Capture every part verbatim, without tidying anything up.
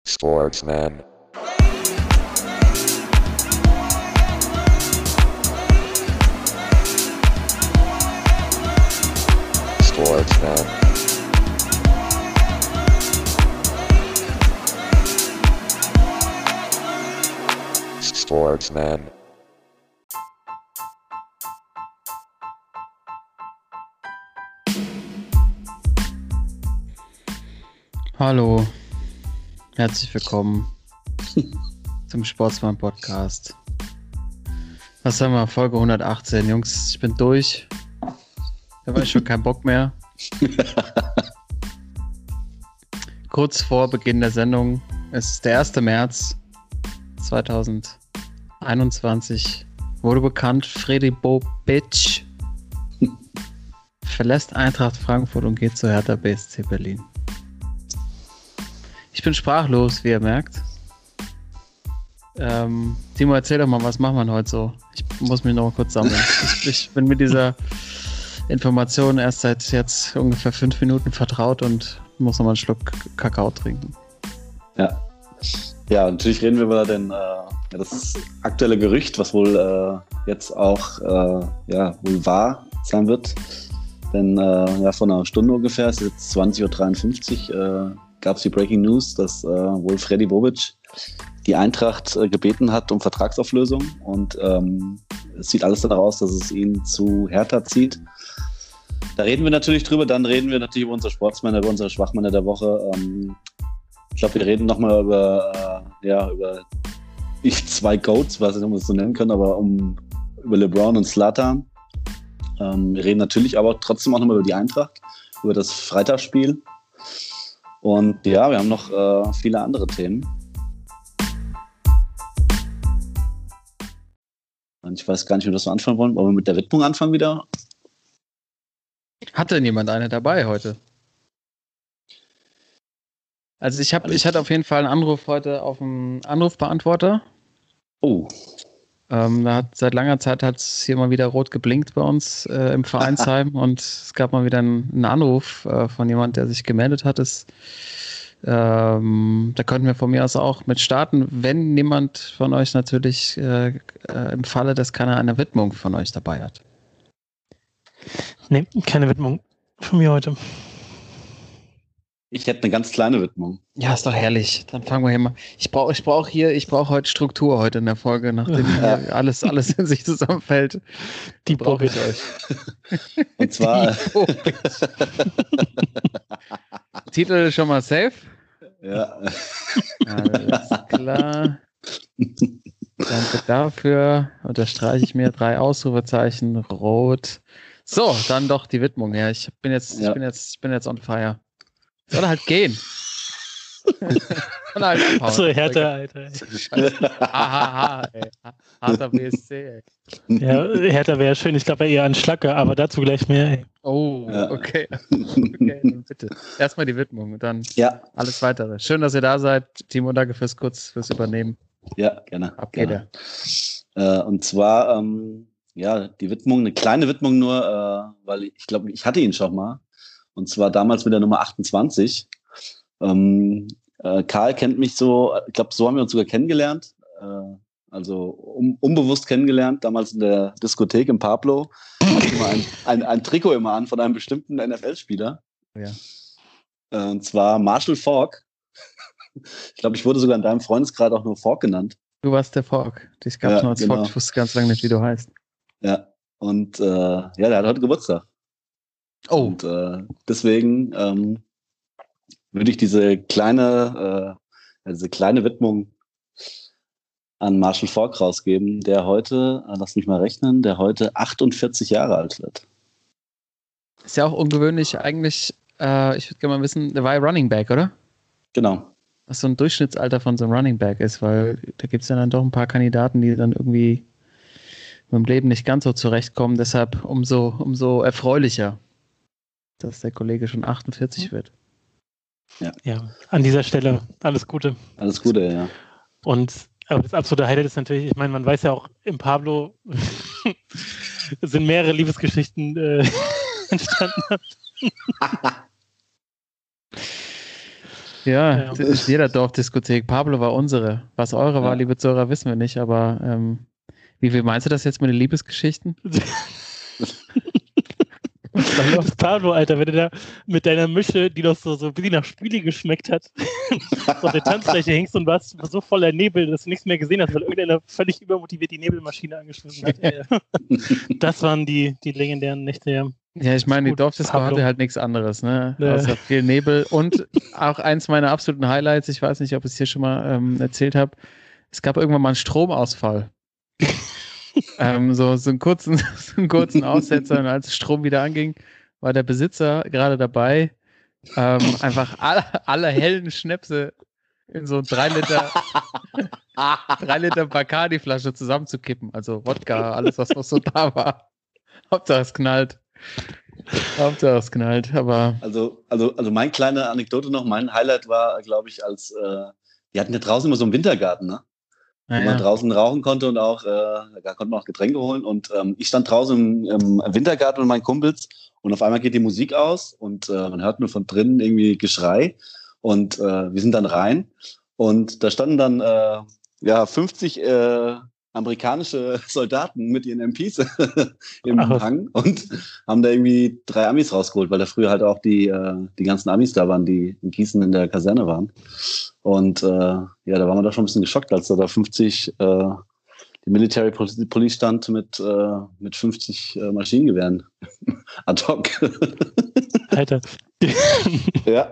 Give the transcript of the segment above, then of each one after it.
Sportsman. Sportsman. Sportsman. Hallo, herzlich willkommen zum Sportsman-Podcast. Was haben wir? Folge hundertachtzehn. Jungs, ich bin durch. Da war ich schon keinen Bock mehr. Kurz vor Beginn der Sendung. Es ist der erste März zweitausendeinundzwanzig. Wurde bekannt, Fredi Bobic verlässt Eintracht Frankfurt und geht zu Hertha B S C Berlin. Ich bin sprachlos, wie ihr merkt. Ähm, Timo, erzähl doch mal, was machen wir heute so? Ich muss mich noch mal kurz sammeln. ich, ich bin mit dieser Information erst seit jetzt ungefähr fünf Minuten vertraut und muss noch mal einen Schluck Kakao trinken. Ja, ja, natürlich reden wir über den, äh, das aktuelle Gerücht, was wohl äh, jetzt auch äh, ja, wohl wahr sein wird. Denn äh, ja, vor einer Stunde ungefähr, es ist jetzt zwanzig Uhr dreiundfünfzig, äh, gab es die Breaking News, dass äh, wohl Fredi Bobic die Eintracht äh, gebeten hat um Vertragsauflösung und ähm, es sieht alles danach aus, dass es ihn zu Hertha zieht. Da reden wir natürlich drüber, dann reden wir natürlich über unsere Sportsmänner, über unsere Schwachmänner der Woche. Ähm, ich glaube, wir reden nochmal über, äh, ja, über ich zwei Goats, was wir das so nennen können, aber um über LeBron und Zlatan. Ähm, wir reden natürlich aber trotzdem auch nochmal über die Eintracht, über das Freitagsspiel. Und ja, wir haben noch äh, viele andere Themen. Und ich weiß gar nicht, wie wir das so anfangen wollen. Wollen wir mit der Widmung anfangen wieder? Hat denn jemand eine dabei heute? Also ich, hab, ich hatte auf jeden Fall einen Anruf heute auf dem Anrufbeantworter. Oh. Ähm, da hat seit langer Zeit hat es hier mal wieder rot geblinkt bei uns äh, im Vereinsheim und es gab mal wieder einen, einen Anruf äh, von jemand, der sich gemeldet hat. Es, ähm, da könnten wir von mir aus auch mit starten, wenn niemand von euch natürlich äh, äh, im Falle, dass keiner eine Widmung von euch dabei hat. Nee, keine Widmung von mir heute. Ich hätte eine ganz kleine Widmung. Ja, ist doch herrlich. Dann fangen wir hier mal. Ich brauche ich brauch hier, ich brauche heute Struktur heute in der Folge, nachdem ja. hier alles, alles in sich zusammenfällt. Die brauche ich euch. Und zwar Titel schon mal safe? Ja. Alles klar. Danke dafür. Unterstreiche ich mir drei Ausrufezeichen. Rot. So, dann doch die Widmung her. Ich bin jetzt, ja. ich bin jetzt, ich bin jetzt on fire. Soll er halt gehen. Halt Achso, Hertha, Alter. Hahaha, ey. Hertha B S C, ey. Ja, Hertha wäre schön. Ich glaube eher an Schlacke, aber dazu gleich mehr, ey. Oh, ja. okay. Okay, dann bitte. Erstmal die Widmung und dann ja. alles Weitere. Schön, dass ihr da seid. Timo, danke fürs kurz fürs Übernehmen. Ja, gerne. Ab geht er. Äh, und zwar, ähm, ja, die Widmung, eine kleine Widmung nur, äh, weil ich glaube, ich hatte ihn schon mal. Und zwar damals mit der Nummer achtundzwanzig. Ähm, äh, Karl kennt mich so, ich glaube, so haben wir uns sogar kennengelernt. Äh, also um, unbewusst kennengelernt, damals in der Diskothek im Pablo. Ich immer ein, ein, ein Trikot immer an von einem bestimmten N F L-Spieler. Ja. Äh, und zwar Marshall Faulk. Ich glaube, ich wurde sogar in deinem Freundeskreis auch nur Faulk genannt. Du warst der Faulk. Dich gab es ja, noch als genau. Faulk. Ich wusste ganz lange nicht, wie du heißt. Ja, und äh, ja, der hat heute Geburtstag. Oh. Und äh, deswegen ähm, würde ich diese kleine, äh, diese kleine Widmung an Marshall Faulk rausgeben, der heute, äh, lass mich mal rechnen, der heute achtundvierzig Jahre alt wird. Ist ja auch ungewöhnlich eigentlich, äh, ich würde gerne mal wissen, der war ja Running Back, oder? Genau. Was so ein Durchschnittsalter von so einem Running Back ist, weil da gibt es ja dann doch ein paar Kandidaten, die dann irgendwie mit dem Leben nicht ganz so zurechtkommen, deshalb umso, umso erfreulicher, dass der Kollege schon achtundvierzig wird. Ja. ja, an dieser Stelle alles Gute. Alles Gute, ja. Und aber das absolute Highlight ist natürlich, ich meine, man weiß ja auch, im Pablo sind mehrere Liebesgeschichten äh, entstanden. Ja, Ja. das ist jeder Dorfdiskothek. Pablo war unsere. Was eure Ja. war, liebe Zuhörer, wissen wir nicht, aber ähm, wie viel meinst du das jetzt mit den Liebesgeschichten? Das Pablo, Alter, wenn du da mit deiner Mische, die doch so, so ein bisschen nach Spüli geschmeckt hat, auf der Tanzfläche hängst und warst so voller Nebel, dass du nichts mehr gesehen hast, weil irgendeiner völlig übermotiviert die Nebelmaschine angeschmissen hat. Ey. Das waren die, die legendären Nächte, ja. Ja, ich meine, die Gut, Dorfdisco Pablo. hatte halt nichts anderes, ne? Ja. Außer viel Nebel. Und auch eins meiner absoluten Highlights, ich weiß nicht, ob ich es hier schon mal ähm, erzählt habe, es gab irgendwann mal einen Stromausfall. ähm, so, so, einen kurzen, so einen kurzen Aussetzer, und als Strom wieder anging, war der Besitzer gerade dabei, ähm, einfach alle, alle hellen Schnäpse in so drei Liter drei Liter Bacardi-Flasche zusammenzukippen. Also Wodka, alles, was noch so da war. Hauptsache es knallt. Hauptsache es knallt, aber Also, also, also meine kleine Anekdote noch, mein Highlight war, glaube ich, als äh, wir hatten ja draußen immer so einen Wintergarten, ne? Wo man naja. draußen rauchen konnte und auch, äh, da konnte man auch Getränke holen. Und ähm, ich stand draußen im, im Wintergarten mit meinen Kumpels und auf einmal geht die Musik aus und äh, man hört nur von drinnen irgendwie Geschrei. Und äh, wir sind dann rein und da standen dann äh, ja fünfzig äh, amerikanische Soldaten mit ihren M Ps im Ach, was. Hang und haben da irgendwie drei Amis rausgeholt, weil da früher halt auch die, äh, die ganzen Amis da waren, die in Gießen in der Kaserne waren. Und äh, ja, da waren wir doch schon ein bisschen geschockt, als da, da fünfzig äh, die Military Police stand mit, äh, mit fünfzig äh, Maschinengewehren ad hoc. Alter. Ja.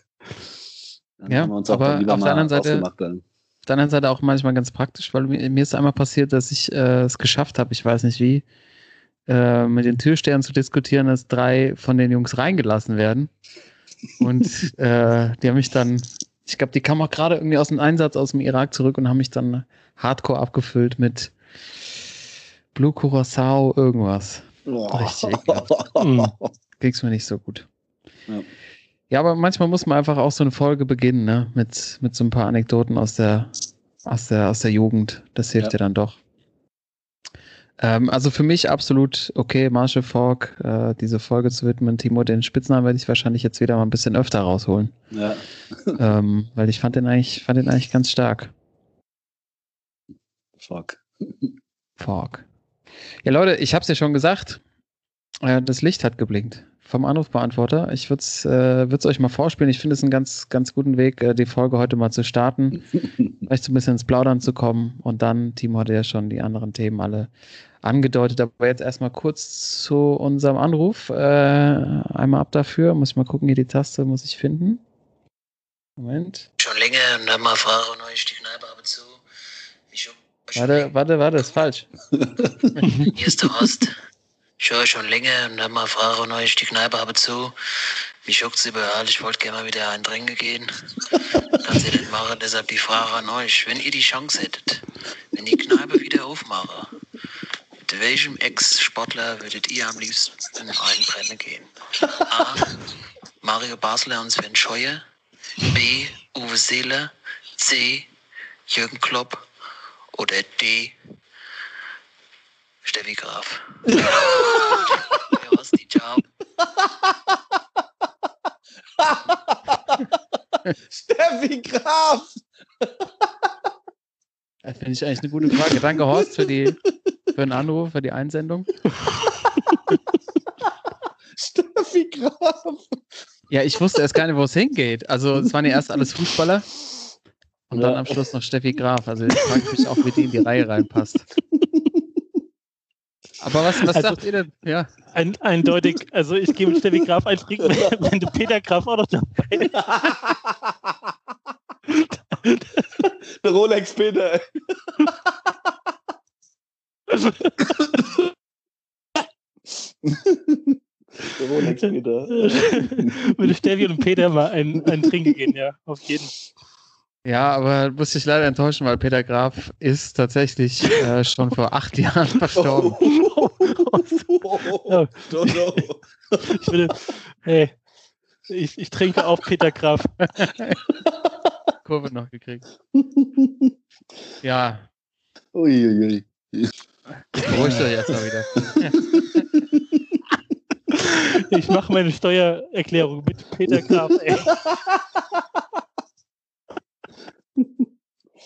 Dann Ja, haben wir uns auch aber dann lieber auf der mal anderen Seite- ausgemacht dann. Auf der anderen Seite auch manchmal ganz praktisch, weil mir, mir ist einmal passiert, dass ich äh, es geschafft habe, ich weiß nicht wie, äh, mit den Türstern zu diskutieren, dass drei von den Jungs reingelassen werden. Und äh, die haben mich dann, ich glaube, die kamen auch gerade irgendwie aus dem Einsatz aus dem Irak zurück und haben mich dann hardcore abgefüllt mit Blue Curacao irgendwas. Richtig ekelhaft. Ging's mir nicht so gut. Ja. Ja, aber manchmal muss man einfach auch so eine Folge beginnen, ne? Mit, mit so ein paar Anekdoten aus der, aus der, aus der Jugend. Das hilft Ja. dir dann doch. Ähm, also für mich absolut okay, Marshall Falk, äh, diese Folge zu widmen. Timo, den Spitznamen werde ich wahrscheinlich jetzt wieder mal ein bisschen öfter rausholen. Ja. ähm, weil ich fand den eigentlich, fand den eigentlich ganz stark. Fuck. Falk. Ja, Leute, ich habe es ja schon gesagt. Äh, das Licht hat geblinkt. Vom Anrufbeantworter. Ich würde es äh, euch mal vorspielen. Ich finde es einen ganz, ganz guten Weg, äh, die Folge heute mal zu starten. Vielleicht so ein bisschen ins Plaudern zu kommen. Und dann, Timo hatte ja schon die anderen Themen alle angedeutet. Aber jetzt erstmal kurz zu unserem Anruf. Äh, einmal ab dafür. Muss ich mal gucken, hier die Taste muss ich finden. Moment. Schon länger und dann mal fragen euch die Kneipe ab und zu. Ich hab Warte, warte, warte, ist falsch. Hier ist der Horst. Ich höre schon länger und dann mal fragen euch die Kneipe ab und zu. Mich juckt's überall, ich wollte gerne mal wieder ein Trinken gehen. Kann sie nicht machen, deshalb die Frage an euch. Wenn ihr die Chance hättet, wenn die Kneipe wieder aufmache, mit welchem Ex-Sportler würdet ihr am liebsten einbrennen gehen? A. Mario Basler und Sven Scheuer. B. Uwe Seeler. C. Jürgen Klopp. Oder D. Steffi Graf. Ja, was die Ciao. Steffi Graf! Das finde ich eigentlich eine gute Frage. Danke, Horst, für, die, für den Anruf, für die Einsendung. Steffi Graf! Ja, ich wusste erst gar nicht, wo es hingeht. Also, es waren ja erst alles Fußballer und dann Ja. am Schluss noch Steffi Graf. Also, ich frage mich auch, wie die in die Reihe reinpasst. Aber was, was Also- sagt ihr denn? Ja. Ein, eindeutig, also ich gehe mit Steffi Graf ein Trinken, wenn, wenn du Peter Graf auch noch dabei ist. Der Rolex Peter. Der Rolex Peter. Würde Steffi und Peter mal ein, ein Trinken gehen, ja, auf jeden. Ja, aber muss ich leider enttäuschen, weil Peter Graf ist tatsächlich äh, schon vor acht Jahren verstorben. Oh, Dodo. Ich würde, hey, ich, ich trinke auf Peter Graf. Kurve noch gekriegt. Ja, Uiuiui. beruhigt euch jetzt mal wieder. Ich mache meine Steuererklärung mit Peter Graf, ey.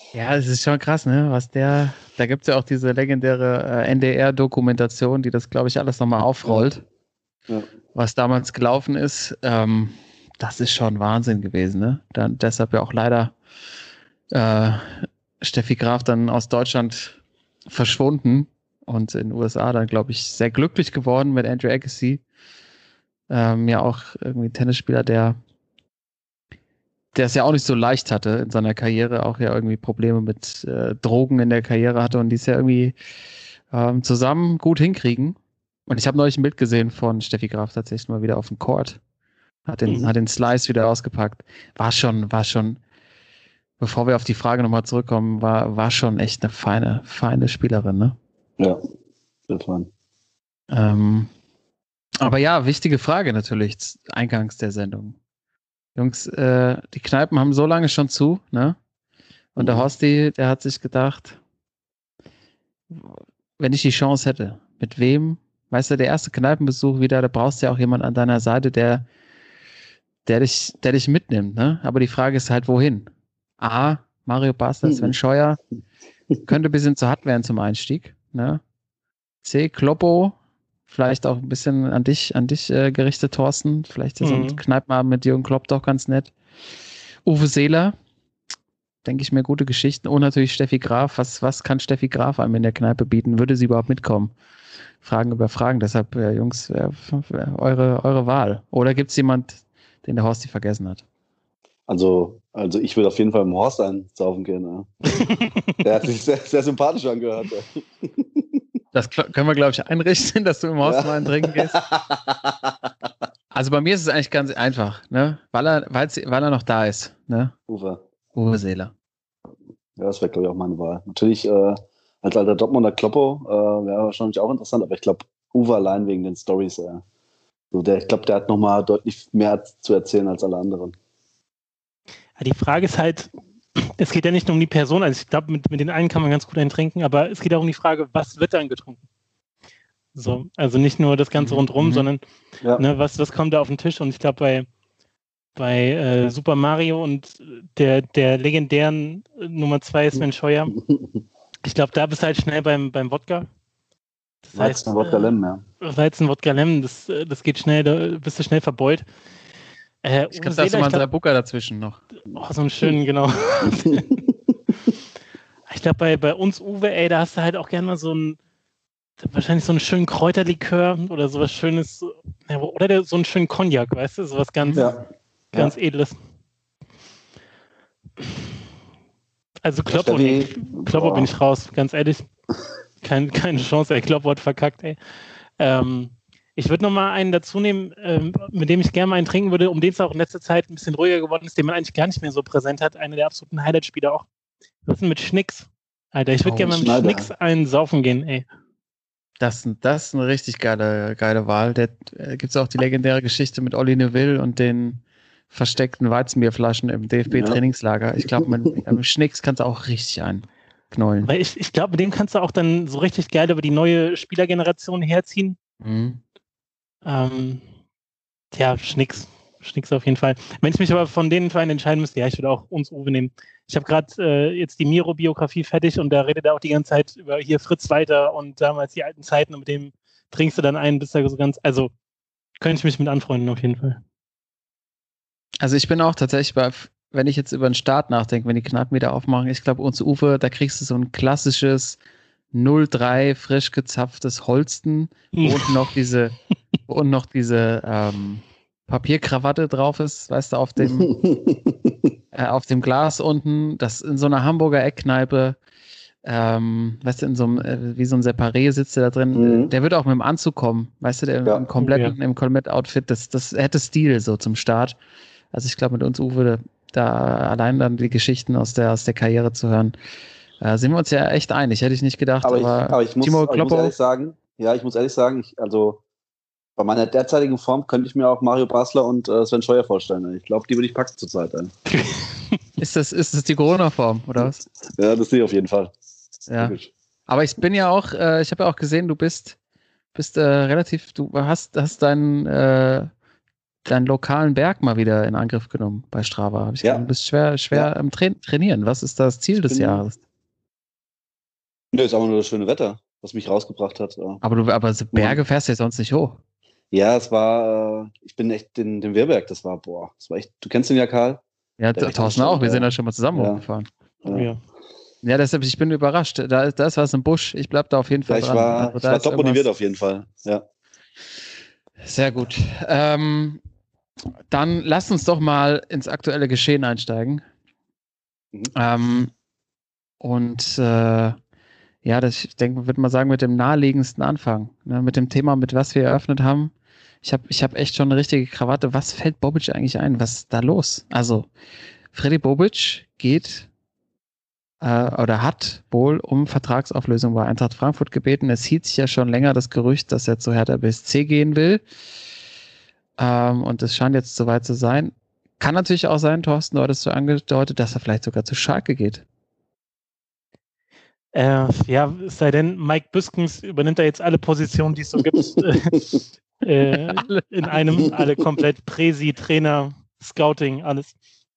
Ja, es ist schon krass, ne? Was der, da gibt es ja auch diese legendäre äh, N D R-Dokumentation, die das, glaube ich, alles nochmal aufrollt, Ja. was damals gelaufen ist. Ähm, das ist schon Wahnsinn gewesen, ne? Dann, deshalb ja auch leider äh, Steffi Graf dann aus Deutschland verschwunden und in den U S A dann, glaube ich, sehr glücklich geworden mit Andrew Agassi. Ähm, ja, auch irgendwie ein Tennisspieler, der der es ja auch nicht so leicht hatte in seiner Karriere, auch ja irgendwie Probleme mit äh, Drogen in der Karriere hatte und die es ja irgendwie ähm, zusammen gut hinkriegen. Und ich habe neulich ein Bild gesehen von Steffi Graf tatsächlich mal wieder auf dem Court. Hat den, Mhm. hat den Slice wieder ausgepackt. War schon, war schon, bevor wir auf die Frage nochmal zurückkommen, war, war schon echt eine feine, feine Spielerin, ne? Ja, sehr fein. Ähm, aber ja, wichtige Frage natürlich, z- eingangs der Sendung. Jungs, äh, die Kneipen haben so lange schon zu, ne? Und der Mhm. Horsti, der hat sich gedacht, wenn ich die Chance hätte, mit wem, weißt du, der erste Kneipenbesuch wieder, da brauchst du ja auch jemanden an deiner Seite, der, der dich, der dich mitnimmt, ne? Aber die Frage ist halt, wohin? A, Mario Basler, Sven Scheuer, könnte ein bisschen zu hart werden zum Einstieg, ne? C, Kloppo, vielleicht auch ein bisschen an dich, an dich äh, gerichtet, Thorsten. Vielleicht ist so ein Mhm. Kneipenabend mit Jürgen Klopp doch ganz nett. Uwe Seeler, denke ich mir, gute Geschichten. Und natürlich Steffi Graf. Was, was kann Steffi Graf einem in der Kneipe bieten? Würde sie überhaupt mitkommen? Fragen über Fragen. Deshalb, äh, Jungs, äh, äh, eure, eure Wahl. Oder gibt es jemand, den der Horsti vergessen hat? Also, also ich würde auf jeden Fall im Horst einsaufen gehen. Ja. Der hat sich sehr, sehr sympathisch angehört. Ja. Das kl- können wir, glaube ich, einrichten, dass du im Horst mal einen trinken gehst. Also bei mir ist es eigentlich ganz einfach, ne? Weil er, weil's, weil er noch da ist, ne? Uwe. Uwe Seeler. Ja, das wäre, glaube ich, auch meine Wahl. Natürlich, äh, als alter Dortmunder Kloppo äh, wäre wahrscheinlich auch interessant, aber ich glaube, Uwe allein wegen den Storys. Äh, so der, ich glaube, der hat nochmal deutlich mehr zu erzählen als alle anderen. Ja, die Frage ist halt, es geht ja nicht nur um die Person, also ich glaube, mit, mit den einen kann man ganz gut einen trinken, aber es geht auch um die Frage, was wird dann getrunken? So, also nicht nur das Ganze Mhm, rundherum, mhm. sondern Ja. ne, was, was kommt da auf den Tisch? Und ich glaube, bei, bei äh, Super Mario und der, der legendären äh, Nummer zwei Sven Scheuer, ich glaube, da bist du halt schnell beim, beim Wodka. Das heißt, Weizen, Wodka, äh, Lemon, ja. Weizen, Wodka, Lemon, das, äh, das geht schnell, da bist du schnell verbeult. Äh, Ich Uwe glaube, da hast du Seeler, mal ich einen glaub, Bucker dazwischen noch. oh, so einen schönen, genau. Ich glaube, bei, bei uns, Uwe, ey, da hast du halt auch gerne mal so ein, wahrscheinlich so einen schönen Kräuterlikör oder sowas Schönes, so- ja, oder der, so einen schönen Cognac, weißt du, sowas ganz, Ja. ganz Ja. Edles. Also Kloppo, Steffi, nee, Kloppo boah. bin ich raus, ganz ehrlich. Kein, keine Chance, ey, Kloppo hat verkackt, ey. Ähm, ich würde nochmal einen dazu nehmen, ähm, mit dem ich gerne mal einen trinken würde, um den es auch in letzter Zeit ein bisschen ruhiger geworden ist, den man eigentlich gar nicht mehr so präsent hat. Einer der absoluten Highlight-Spieler auch. Was ist denn mit Schnicks? Alter, ich würde Oh, gerne mal mit Schneider. Schnicks einen saufen gehen, ey. Das, das ist eine richtig geile, geile Wahl. Da äh, gibt es auch die legendäre Geschichte mit Olli Neville und den versteckten Weizenbierflaschen im D F B-Trainingslager. Ich glaube, mit einem Schnicks kannst du auch richtig einknollen. Weil ich, ich glaube, mit dem kannst du auch dann so richtig geil über die neue Spielergeneration herziehen. Mhm. Ähm, ja, Schnicks. Schnicks auf jeden Fall. Wenn ich mich aber von den Vereinen entscheiden müsste, ja, ich würde auch uns Uwe nehmen. Ich habe gerade äh, jetzt die Miro-Biografie fertig und da redet er auch die ganze Zeit über hier Fritz Walter und damals die alten Zeiten und mit dem trinkst du dann einen, bist da so ganz, also könnte ich mich mit anfreunden auf jeden Fall. Also ich bin auch tatsächlich bei, wenn ich jetzt über den Start nachdenke, wenn die Kneipen wieder aufmachen, ich glaube, uns Uwe, da kriegst du so ein klassisches null drei frisch gezapftes Holsten, wo unten noch diese, wo unten noch diese ähm, Papierkrawatte drauf ist, weißt du, auf dem, äh, auf dem Glas unten, das in so einer Hamburger Eckkneipe, ähm, weißt du, in so einem, äh, wie so ein Separé sitzt der da drin, Mhm. der wird auch mit dem Anzug kommen, weißt du, der Ja. im kompletten, Ja. im Komplett-Outfit, das, das hätte Stil so zum Start. Also ich glaube, mit uns Uwe, da allein dann die Geschichten aus der, aus der Karriere zu hören, äh, sind wir uns ja echt einig, hätte ich nicht gedacht, Aber ich, aber, aber ich, muss, Timo aber ich muss Kloppo, ehrlich sagen, ja, ich muss ehrlich sagen, ich, also bei meiner derzeitigen Form könnte ich mir auch Mario Basler und äh, Sven Scheuer vorstellen. Ich glaube, die würde ich packen zurzeit. Ey. ist das, ist das die Corona-Form, oder was? Ja, das sehe ich auf jeden Fall. Ja. Wirklich. Aber ich bin ja auch, äh, ich habe ja auch gesehen, du bist, bist äh, relativ, du hast, hast deinen, äh, deinen lokalen Berg mal wieder in Angriff genommen bei Strava. Habe ich Ja. gesagt, du bist schwer, schwer Ja. am Tra- Trainieren. Was ist das Ziel des bin- Jahres? Nö, ist aber nur das schöne Wetter, was mich rausgebracht hat. Ja. Aber du, aber so Berge fährst du jetzt sonst nicht hoch. Ja, es war, äh, ich bin echt den, den Wehrberg, das war, boah, das war echt, du kennst ihn ja, Karl? Ja, Der echt Thorsten auch. Wir anstrengend, sind ja. da schon mal zusammen Ja. hochgefahren. Ja. Ja. Ja, deshalb, ich bin überrascht. Da, ist- da ist was im Busch. Ich bleib da auf jeden Ja, Fall ich dran. war, Also ich da war ist top motiviert irgendwas- auf jeden Fall. Ja. Sehr gut. Ähm, dann lasst uns doch mal ins aktuelle Geschehen einsteigen. Mhm. Ähm, und äh, ja, das, ich denke, würde mal sagen, mit dem naheliegendsten Anfang. Ne, mit dem Thema, mit was wir eröffnet haben. Ich habe ich hab echt schon eine richtige Krawatte. Was fällt Bobic eigentlich ein? Was ist da los? Also, Freddy Bobic geht äh, oder hat wohl um Vertragsauflösung bei Eintracht Frankfurt gebeten. Es hielt sich ja schon länger das Gerücht, dass er zu Hertha B S C gehen will. Ähm, und es scheint jetzt soweit zu sein. Kann natürlich auch sein, Thorsten, du hattest so angedeutet, dass er vielleicht sogar zu Schalke geht. Äh, ja, es sei denn, Mike Büskens übernimmt da jetzt alle Positionen, die es so gibt. äh, in einem, alle komplett Präsi, Trainer, Scouting, alles.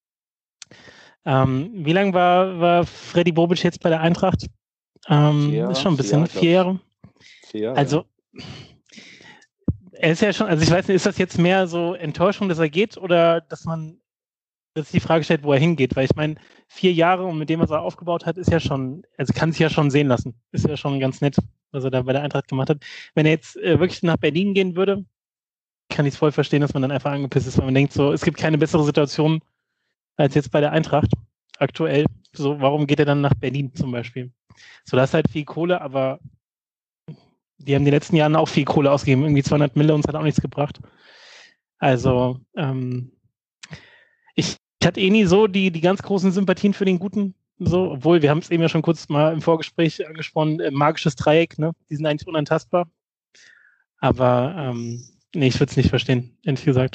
Ähm, wie lange war, war Freddy Bobic jetzt bei der Eintracht? Ähm, Vier Jahre, ist schon ein vier bisschen, Jahre, glaub vier ich. Jahre. Vier Jahre, Also, er ist ja schon, also ich weiß nicht, ist das jetzt mehr so Enttäuschung, dass er geht oder dass man, dass sich die Frage stellt, wo er hingeht? Weil ich meine, vier Jahre und mit dem, was er aufgebaut hat, ist ja schon, also kann sich ja schon sehen lassen. Ist ja schon ganz nett, was er da bei der Eintracht gemacht hat. Wenn er jetzt äh, wirklich nach Berlin gehen würde, kann ich es voll verstehen, dass man dann einfach angepisst ist, weil man denkt so, es gibt keine bessere Situation als jetzt bei der Eintracht aktuell. So, warum geht er dann nach Berlin zum Beispiel? So, das ist halt viel Kohle, aber die haben in den letzten Jahren auch viel Kohle ausgegeben. Irgendwie zweihundert Mille, uns hat auch nichts gebracht. Also, ähm, ich, ich hatte eh nie so die, die ganz großen Sympathien für den Guten. So, obwohl, wir haben es eben ja schon kurz mal im Vorgespräch angesprochen, äh, magisches Dreieck, ne? Die sind eigentlich unantastbar. Aber, ähm, nee, ich würde es nicht verstehen, ehrlich gesagt.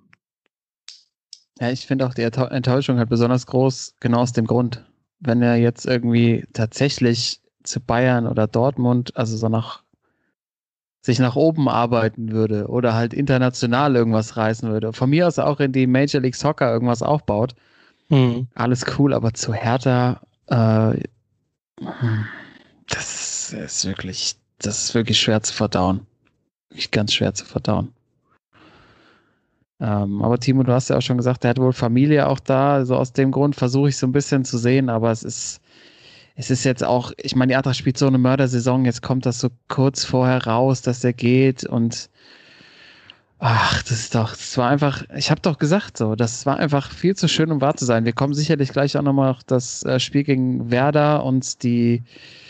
Ja, ich finde auch die Enttäu- Enttäuschung halt besonders groß, genau aus dem Grund. Wenn er jetzt irgendwie tatsächlich zu Bayern oder Dortmund, also so nach sich nach oben arbeiten würde oder halt international irgendwas reißen würde. Von mir aus auch in die Major League Soccer irgendwas aufbaut. Hm. Alles cool, aber zu Hertha, äh, das ist wirklich, das ist wirklich schwer zu verdauen. Wirklich ganz schwer zu verdauen. Ähm, aber Timo, du hast ja auch schon gesagt, er hat wohl Familie auch da. Also aus dem Grund versuche ich so ein bisschen zu sehen, aber es ist, es ist jetzt auch, ich meine, die Eintracht spielt so eine Mördersaison, jetzt kommt das so kurz vorher raus, dass er geht und ach, das ist doch, das war einfach, ich habe doch gesagt so, das war einfach viel zu schön, um wahr zu sein. Wir kommen sicherlich gleich auch nochmal auf das äh, Spiel gegen Werder und die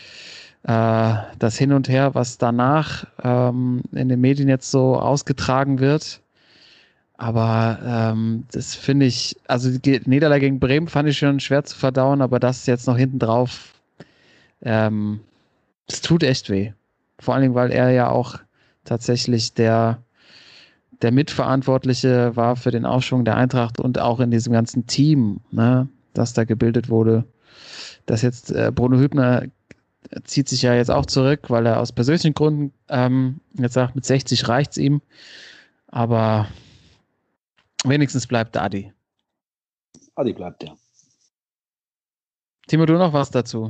äh, das Hin und Her, was danach ähm, in den Medien jetzt so ausgetragen wird. Aber ähm, das finde ich, also die Niederlage gegen Bremen fand ich schon schwer zu verdauen, aber das jetzt noch hinten drauf, ähm, es tut echt weh. Vor allen Dingen, weil er ja auch tatsächlich der, der Mitverantwortliche war für den Aufschwung der Eintracht und auch in diesem ganzen Team, ne, das da gebildet wurde. Das jetzt, äh, Bruno Hübner zieht sich ja jetzt auch zurück, weil er aus persönlichen Gründen ähm, jetzt sagt, mit sechzig reicht's ihm. Aber wenigstens bleibt Adi. Adi bleibt ja. Timo, du noch was dazu?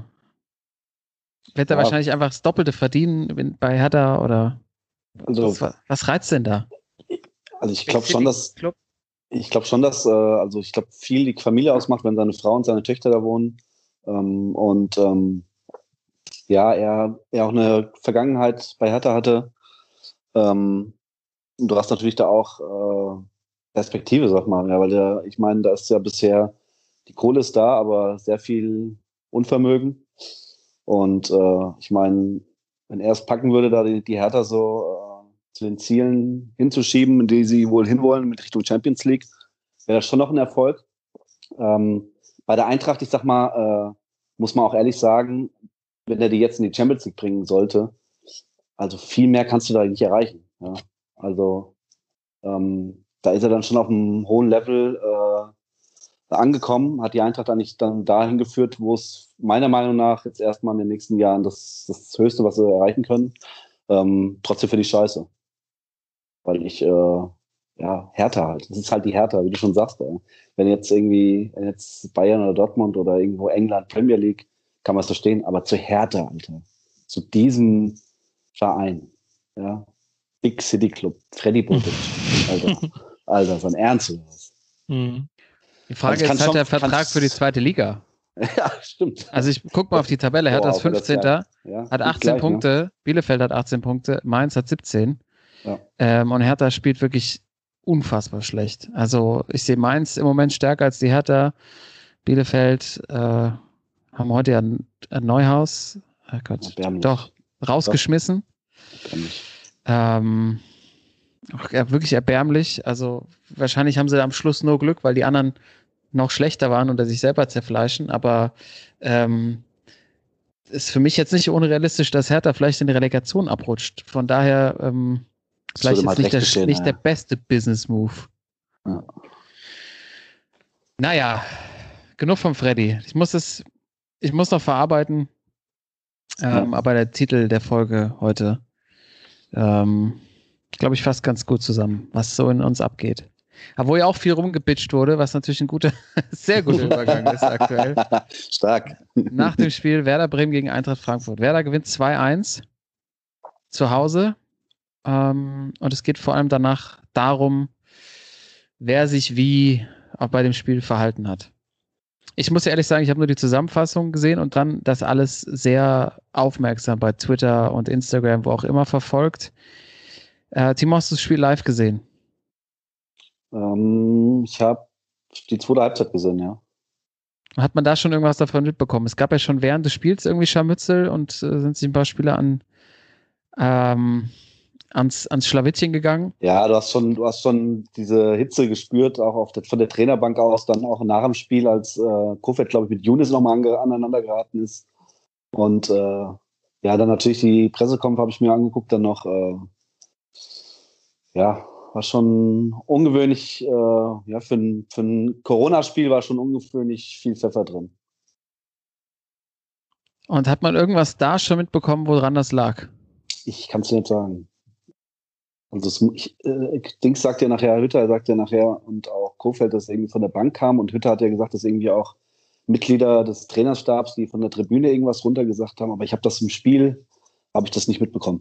Wird er Ja. wahrscheinlich einfach das Doppelte verdienen bei Hertha oder Also, was, was reizt denn da? also ich glaube schon, dass Club? ich glaube schon, dass äh, also ich glaube viel die Familie ausmacht, wenn seine Frau und seine Töchter da wohnen. Ähm, und ähm, ja, er, er auch eine Vergangenheit bei Hertha hatte. Ähm, und du hast natürlich da auch äh, Perspektive, sag mal, ja, weil der, ich meine, da ist ja bisher, die Kohle ist da, aber sehr viel Unvermögen. Und äh, ich meine, wenn er es packen würde, da die, die Hertha so äh, zu den Zielen hinzuschieben, in die sie wohl hinwollen, mit Richtung Champions League, wäre das schon noch ein Erfolg. Ähm, bei der Eintracht, ich sag mal, äh, muss man auch ehrlich sagen, wenn er die jetzt in die Champions League bringen sollte, also viel mehr kannst du da nicht erreichen. Ja? Also ähm, da ist er dann schon auf einem hohen Level äh, angekommen, hat die Eintracht eigentlich dann dahin geführt, wo es meiner Meinung nach jetzt erstmal in den nächsten Jahren das, das Höchste, was sie erreichen können. Ähm, trotzdem finde ich scheiße. Weil ich, äh, ja, Hertha halt. Das ist halt die Hertha, wie du schon sagst. Ey. Wenn jetzt irgendwie wenn jetzt Bayern oder Dortmund oder irgendwo England, Premier League, kann man es verstehen, aber zu Hertha, Alter. Zu diesem Verein. Ja. Big City Club. Freddy Bobic. Alter. Alter, so ein Ernst oder was? Mhm. Die Frage Also ist, hat schon, der Vertrag für die zweite Liga? Ja, stimmt. Also ich guck mal auf die Tabelle, Hertha ist Boah, aber das fünfzehnter Ja, hat nicht achtzehn gleich, Punkte, Ne? Bielefeld hat achtzehn Punkte, Mainz hat siebzehn. Ja. Ähm, und Hertha spielt wirklich unfassbar schlecht. Also ich sehe Mainz im Moment stärker als die Hertha. Bielefeld äh, haben heute ja ein, ein Neuhaus oh Gott, Erbärmlich. doch rausgeschmissen. Erbärmlich. Ähm, auch, ja, wirklich erbärmlich. Also wahrscheinlich haben sie am Schluss nur Glück, weil die anderen noch schlechter waren oder sich selber zerfleischen. Aber ähm, ist für mich jetzt nicht unrealistisch, dass Hertha vielleicht in die Relegation abrutscht. Von daher ähm, Das vielleicht würde jetzt mal nicht, der, recht geschehen, nicht ja. der beste Business-Move. Ja. Naja, genug vom Freddy. Ich muss es, ich muss noch verarbeiten. Ähm, Ja. aber der Titel der Folge heute, ähm, glaube ich, fasst ganz gut zusammen, was so in uns abgeht. Aber wo ja auch viel rumgebitcht wurde, was natürlich ein guter, sehr guter Übergang ist aktuell. Stark. Nach dem Spiel Werder Bremen gegen Eintracht Frankfurt. Werder gewinnt zwei eins zu Hause. Ähm, und es geht vor allem danach darum, wer sich wie auch bei dem Spiel verhalten hat. Ich muss ehrlich sagen, ich habe nur die Zusammenfassung gesehen und dann das alles sehr aufmerksam bei Twitter und Instagram, wo auch immer verfolgt. Äh, Timo, hast du das Spiel live gesehen? Ähm, ich habe die zweite Halbzeit gesehen, ja. Hat man da schon irgendwas davon mitbekommen? Es gab ja schon während des Spiels irgendwie Scharmützel und äh, sind sich ein paar Spieler an, ähm, ans, ans Schlawittchen gegangen. Ja, du hast schon, du hast schon diese Hitze gespürt, auch auf der, von der Trainerbank aus, dann auch nach dem Spiel, als äh, Kofeld, glaube ich, mit Younes nochmal ange, aneinander geraten ist. Und äh, ja, dann natürlich die Pressekonferenz habe ich mir angeguckt, dann noch, äh, ja, war schon ungewöhnlich, äh, ja, für ein, für ein Corona-Spiel war schon ungewöhnlich viel Pfeffer drin. Und hat man irgendwas da schon mitbekommen, woran das lag? Ich kann es nicht sagen. Also es, ich, äh, Dings sagt ja nachher, Hütter sagt ja nachher und auch Kofeld, dass irgendwie von der Bank kam und Hütter hat ja gesagt, dass irgendwie auch Mitglieder des Trainerstabs, die von der Tribüne irgendwas runtergesagt haben, aber ich habe das im Spiel, habe ich das nicht mitbekommen.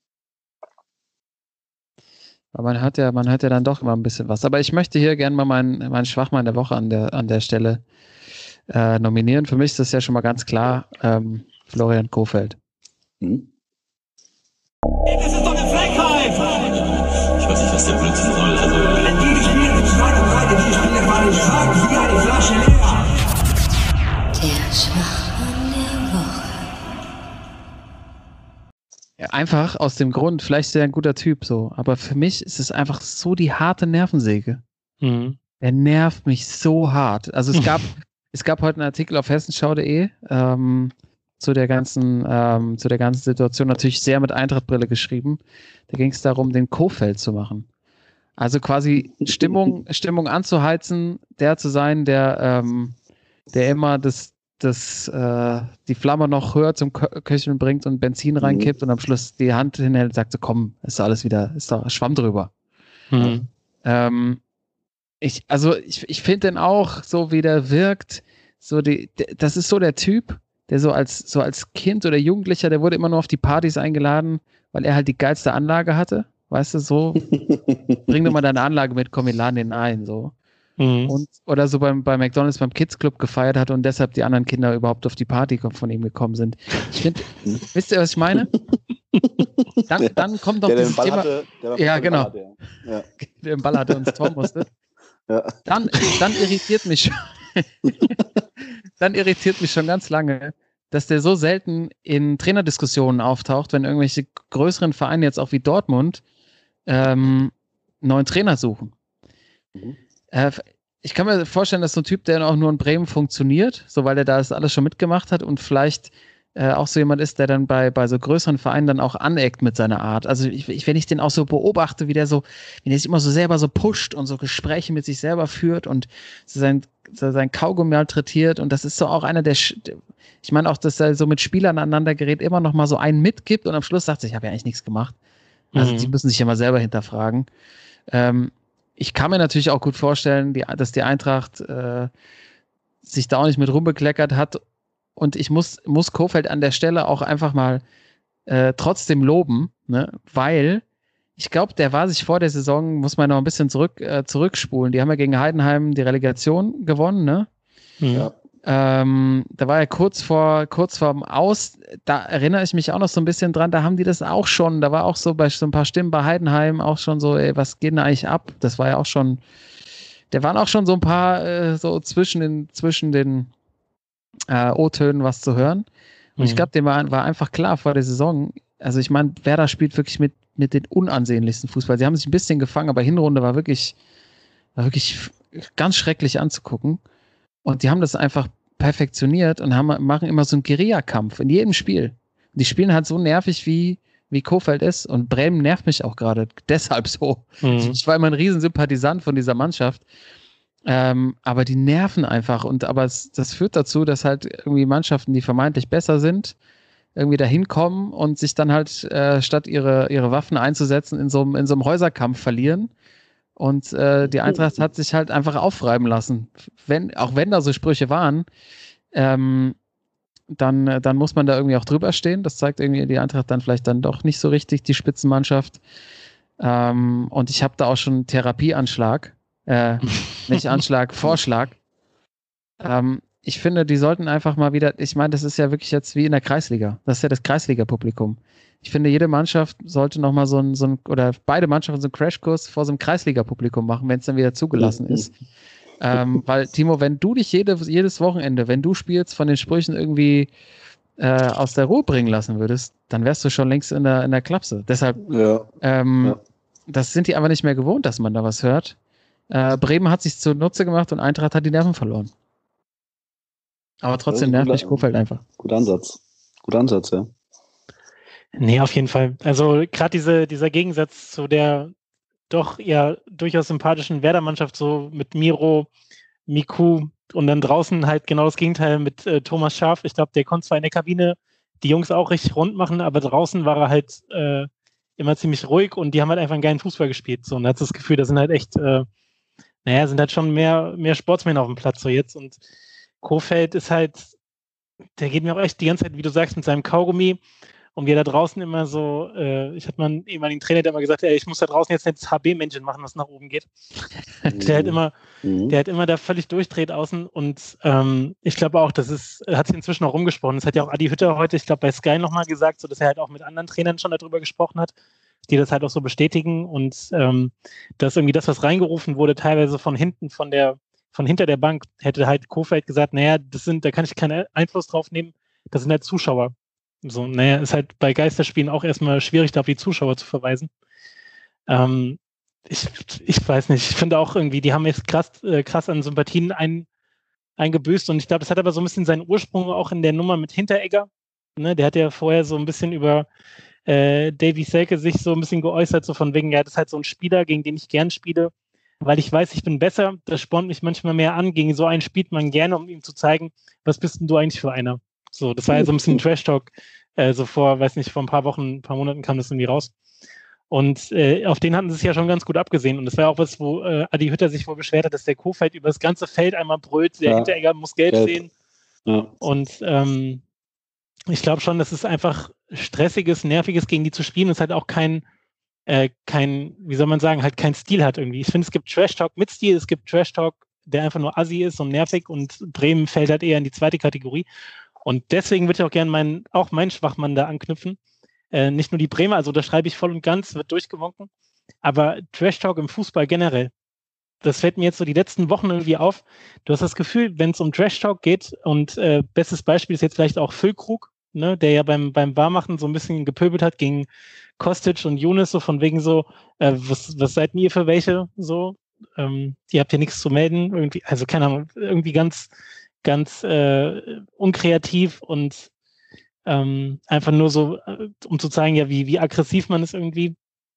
Aber man hört ja, man hört ja dann doch immer ein bisschen was. Aber ich möchte hier gerne mal meinen, meinen Schwachmann der Woche an der, an der Stelle äh, nominieren. Für mich ist das ja schon mal ganz klar ähm, Florian Kofeld. Hm? Das ist doch eine Frechheit! Ich weiß nicht, was der Blödsinn soll. Also, Wenn die gespielt mit zwei und drei, die Spiele waren stark wie eine Flasche leer. Der Schwachmann der Woche. Ja, einfach aus dem Grund, vielleicht ist er ein guter Typ so, aber für mich ist es einfach so die harte Nervensäge. Mhm. Der nervt mich so hart. Also es gab, es gab heute einen Artikel auf hessenschau punkt de ähm, zu der ganzen, ähm, zu der ganzen Situation, natürlich sehr mit Eintracht-Brille geschrieben. Da ging es darum, den Kofeld zu machen. Also quasi Stimmung, Stimmung anzuheizen, der zu sein, der, ähm, der immer das, das, äh, die Flamme noch höher zum Kö- Köcheln bringt und Benzin reinkippt und am Schluss die Hand hinhält und sagt so, komm, ist doch alles wieder, ist doch Schwamm drüber. Mhm. Ähm, ich, also ich, ich finde den auch, so wie der wirkt, so die, der, das ist so der Typ, der so als, so als Kind oder Jugendlicher, der wurde immer nur auf die Partys eingeladen, weil er halt die geilste Anlage hatte. Weißt du, so, bring doch mal deine Anlage mit, komm, wir laden den ein, so. Mhm. Und, oder so beim, bei McDonalds beim Kids Club gefeiert hat und deshalb die anderen Kinder überhaupt auf die Party von ihm gekommen sind. Ich finde, wisst ihr, was ich meine? Dann, dann kommt noch Der, der den dieses Ball Thema, hatte, der Ja, den genau. Ball hatte, ja. Ja. der den Ball hatte und ins Tor musste. Ja. Dann, dann irritiert mich schon, dann irritiert mich schon ganz lange, dass der so selten in Trainerdiskussionen auftaucht, wenn irgendwelche größeren Vereine jetzt auch wie Dortmund ähm, neuen Trainer suchen. Mhm. Äh, ich kann mir vorstellen, dass so ein Typ, der auch nur in Bremen funktioniert, so weil er da das alles schon mitgemacht hat und vielleicht äh, auch so jemand ist, der dann bei, bei so größeren Vereinen dann auch aneckt mit seiner Art. Also ich, ich, wenn ich den auch so beobachte, wie der so, wie der sich immer so selber so pusht und so Gespräche mit sich selber führt und so sein, so sein Kaugummi malträtiert und das ist so auch einer der, ich meine auch, dass er so mit Spielern aneinander gerät, immer noch mal so einen mitgibt und am Schluss sagt, ich habe ja eigentlich nichts gemacht. Also Mhm. die müssen sich ja mal selber hinterfragen. Ähm, ich kann mir natürlich auch gut vorstellen, die, dass die Eintracht äh, sich da auch nicht mit rumbekleckert hat. Und ich muss, muss Kohfeldt an der Stelle auch einfach mal äh, trotzdem loben, ne? Weil ich glaube, der war sich vor der Saison, muss man noch ein bisschen zurück, äh, zurückspulen. Die haben ja gegen Heidenheim die Relegation gewonnen, ne? Ja. Ähm, da war er kurz vor kurz vorm Aus, da erinnere ich mich auch noch so ein bisschen dran, da haben die das auch schon, da war auch so bei so ein paar Stimmen bei Heidenheim auch schon so, ey, was geht denn eigentlich ab? Das war ja auch schon, da waren auch schon so ein paar äh, so zwischen den, zwischen den äh, O-Tönen was zu hören. Und mhm. ich glaube, dem war, war einfach klar vor der Saison, also ich meine, Werder spielt wirklich mit, mit den unansehnlichsten Fußball. Sie haben sich ein bisschen gefangen, aber Hinrunde war wirklich, war wirklich ganz schrecklich anzugucken. Und die haben das einfach perfektioniert und haben, machen immer so einen Guerilla-Kampf in jedem Spiel. Die spielen halt so nervig, wie, wie Kohfeldt ist. Und Bremen nervt mich auch gerade deshalb so. Mhm. Ich war immer ein Riesensympathisant von dieser Mannschaft. Ähm, aber die nerven einfach. Und aber es, das führt dazu, dass halt irgendwie Mannschaften, die vermeintlich besser sind, irgendwie da hinkommen und sich dann halt äh, statt ihre, ihre Waffen einzusetzen, in so, in so einem Häuserkampf verlieren. Und äh, die Eintracht hat sich halt einfach aufreiben lassen. Wenn, auch wenn da so Sprüche waren, ähm, dann, dann muss man da irgendwie auch drüber stehen. Das zeigt irgendwie die Eintracht dann vielleicht dann doch nicht so richtig, die Spitzenmannschaft. Ähm, und ich habe da auch schon einen Therapieanschlag. Äh, nicht Anschlag, Vorschlag. Ähm, ich finde, die sollten einfach mal wieder, ich meine, das ist ja wirklich jetzt wie in der Kreisliga. Das ist ja das Kreisliga-Publikum. Ich finde, jede Mannschaft sollte nochmal so ein, so ein, oder beide Mannschaften so einen Crashkurs vor so einem Kreisliga-Publikum machen, wenn es dann wieder zugelassen ist. Ähm, weil, Timo, wenn du dich jede, jedes Wochenende, wenn du spielst, von den Sprüchen irgendwie äh, aus der Ruhe bringen lassen würdest, dann wärst du schon längst in der, in der Klapse. Deshalb, ja. Ähm, ja. das sind die aber nicht mehr gewohnt, dass man da was hört. Äh, Bremen hat sich zunutze gemacht und Eintracht hat die Nerven verloren. Aber trotzdem nervt mich Kohfeldt einfach. Guter Ansatz. Guter Ansatz, ja. Nee, auf jeden Fall. Also gerade diese, dieser Gegensatz zu der doch ja durchaus sympathischen Werder-Mannschaft, so mit Miro, Miku und dann draußen halt genau das Gegenteil mit äh, Thomas Schaaf. Ich glaube, der konnte zwar in der Kabine die Jungs auch richtig rund machen, aber draußen war er halt äh, immer ziemlich ruhig und die haben halt einfach einen geilen Fußball gespielt. So, und hat das Gefühl, da sind halt echt, äh, naja, sind halt schon mehr, mehr Sportsmänner auf dem Platz so jetzt. Und Kohfeldt ist halt, der geht mir auch echt die ganze Zeit, wie du sagst, mit seinem Kaugummi. Und wir da draußen immer so, äh, ich hatte mal einen ehemaligen Trainer, der immer gesagt hat, ey, ich muss da draußen jetzt nicht das H B-Männchen machen, was nach oben geht. Mhm. Der hat immer, mhm. der hat immer da völlig durchdreht außen und ähm, ich glaube auch, das ist, hat sich inzwischen auch rumgesprochen. Das hat ja auch Adi Hütter heute, ich glaube, bei Sky nochmal gesagt, so dass er halt auch mit anderen Trainern schon darüber gesprochen hat, die das halt auch so bestätigen und ähm, dass irgendwie das, was reingerufen wurde, teilweise von hinten, von der, von hinter der Bank, hätte halt Kohfeldt gesagt, naja, das sind, da kann ich keinen Einfluss drauf nehmen, das sind halt Zuschauer. So, naja, ist halt bei Geisterspielen auch erstmal schwierig, da auf die Zuschauer zu verweisen. Ähm, ich, ich weiß nicht, ich finde auch irgendwie, die haben jetzt krass, äh, krass an Sympathien ein, eingebüßt und ich glaube, das hat aber so ein bisschen seinen Ursprung auch in der Nummer mit Hinteregger. Ne, der hat ja vorher so ein bisschen über äh, Davy Selke sich so ein bisschen geäußert, so von wegen, ja, das ist halt so ein Spieler, gegen den ich gern spiele, weil ich weiß, ich bin besser. Das spornt mich manchmal mehr an. Gegen so einen spielt man gerne, um ihm zu zeigen, was bist denn du eigentlich für einer? So, das war ja so ein bisschen Trash-Talk, äh, so vor, weiß nicht, vor ein paar Wochen, ein paar Monaten kam das irgendwie raus. Und äh, auf den hatten sie sich ja schon ganz gut abgesehen. Und das war auch was, wo äh, Adi Hütter sich wohl beschwert hat, dass der Kohfeldt über das ganze Feld einmal brüllt, der ja. Hinteregger muss gelb ja. sehen. Ja. Und ähm, ich glaube schon, dass es einfach stressiges, nerviges gegen die zu spielen und es halt auch kein, äh, kein, wie soll man sagen, halt kein Stil hat irgendwie. Ich finde, es gibt Trash-Talk mit Stil, es gibt Trash-Talk, der einfach nur assi ist und nervig und Bremen fällt halt eher in die zweite Kategorie. Und deswegen würde ich auch gerne mein, auch meinen Schwachmann da anknüpfen. Äh, nicht nur die Bremer, also da schreibe ich voll und ganz, wird durchgewunken. Aber Trash-Talk im Fußball generell, das fällt mir jetzt so die letzten Wochen irgendwie auf. Du hast das Gefühl, wenn es um Trash-Talk geht, und äh, bestes Beispiel ist jetzt vielleicht auch Füllkrug, ne, der ja beim, beim Warmachen so ein bisschen gepöbelt hat gegen Kostic und Younes, so von wegen so, äh, was, was seid ihr für welche, so, ähm, ihr habt ja nichts zu melden, irgendwie, also keine Ahnung, irgendwie ganz ganz äh, unkreativ und ähm, einfach nur so, äh, um zu zeigen, ja, wie, wie aggressiv man ist irgendwie.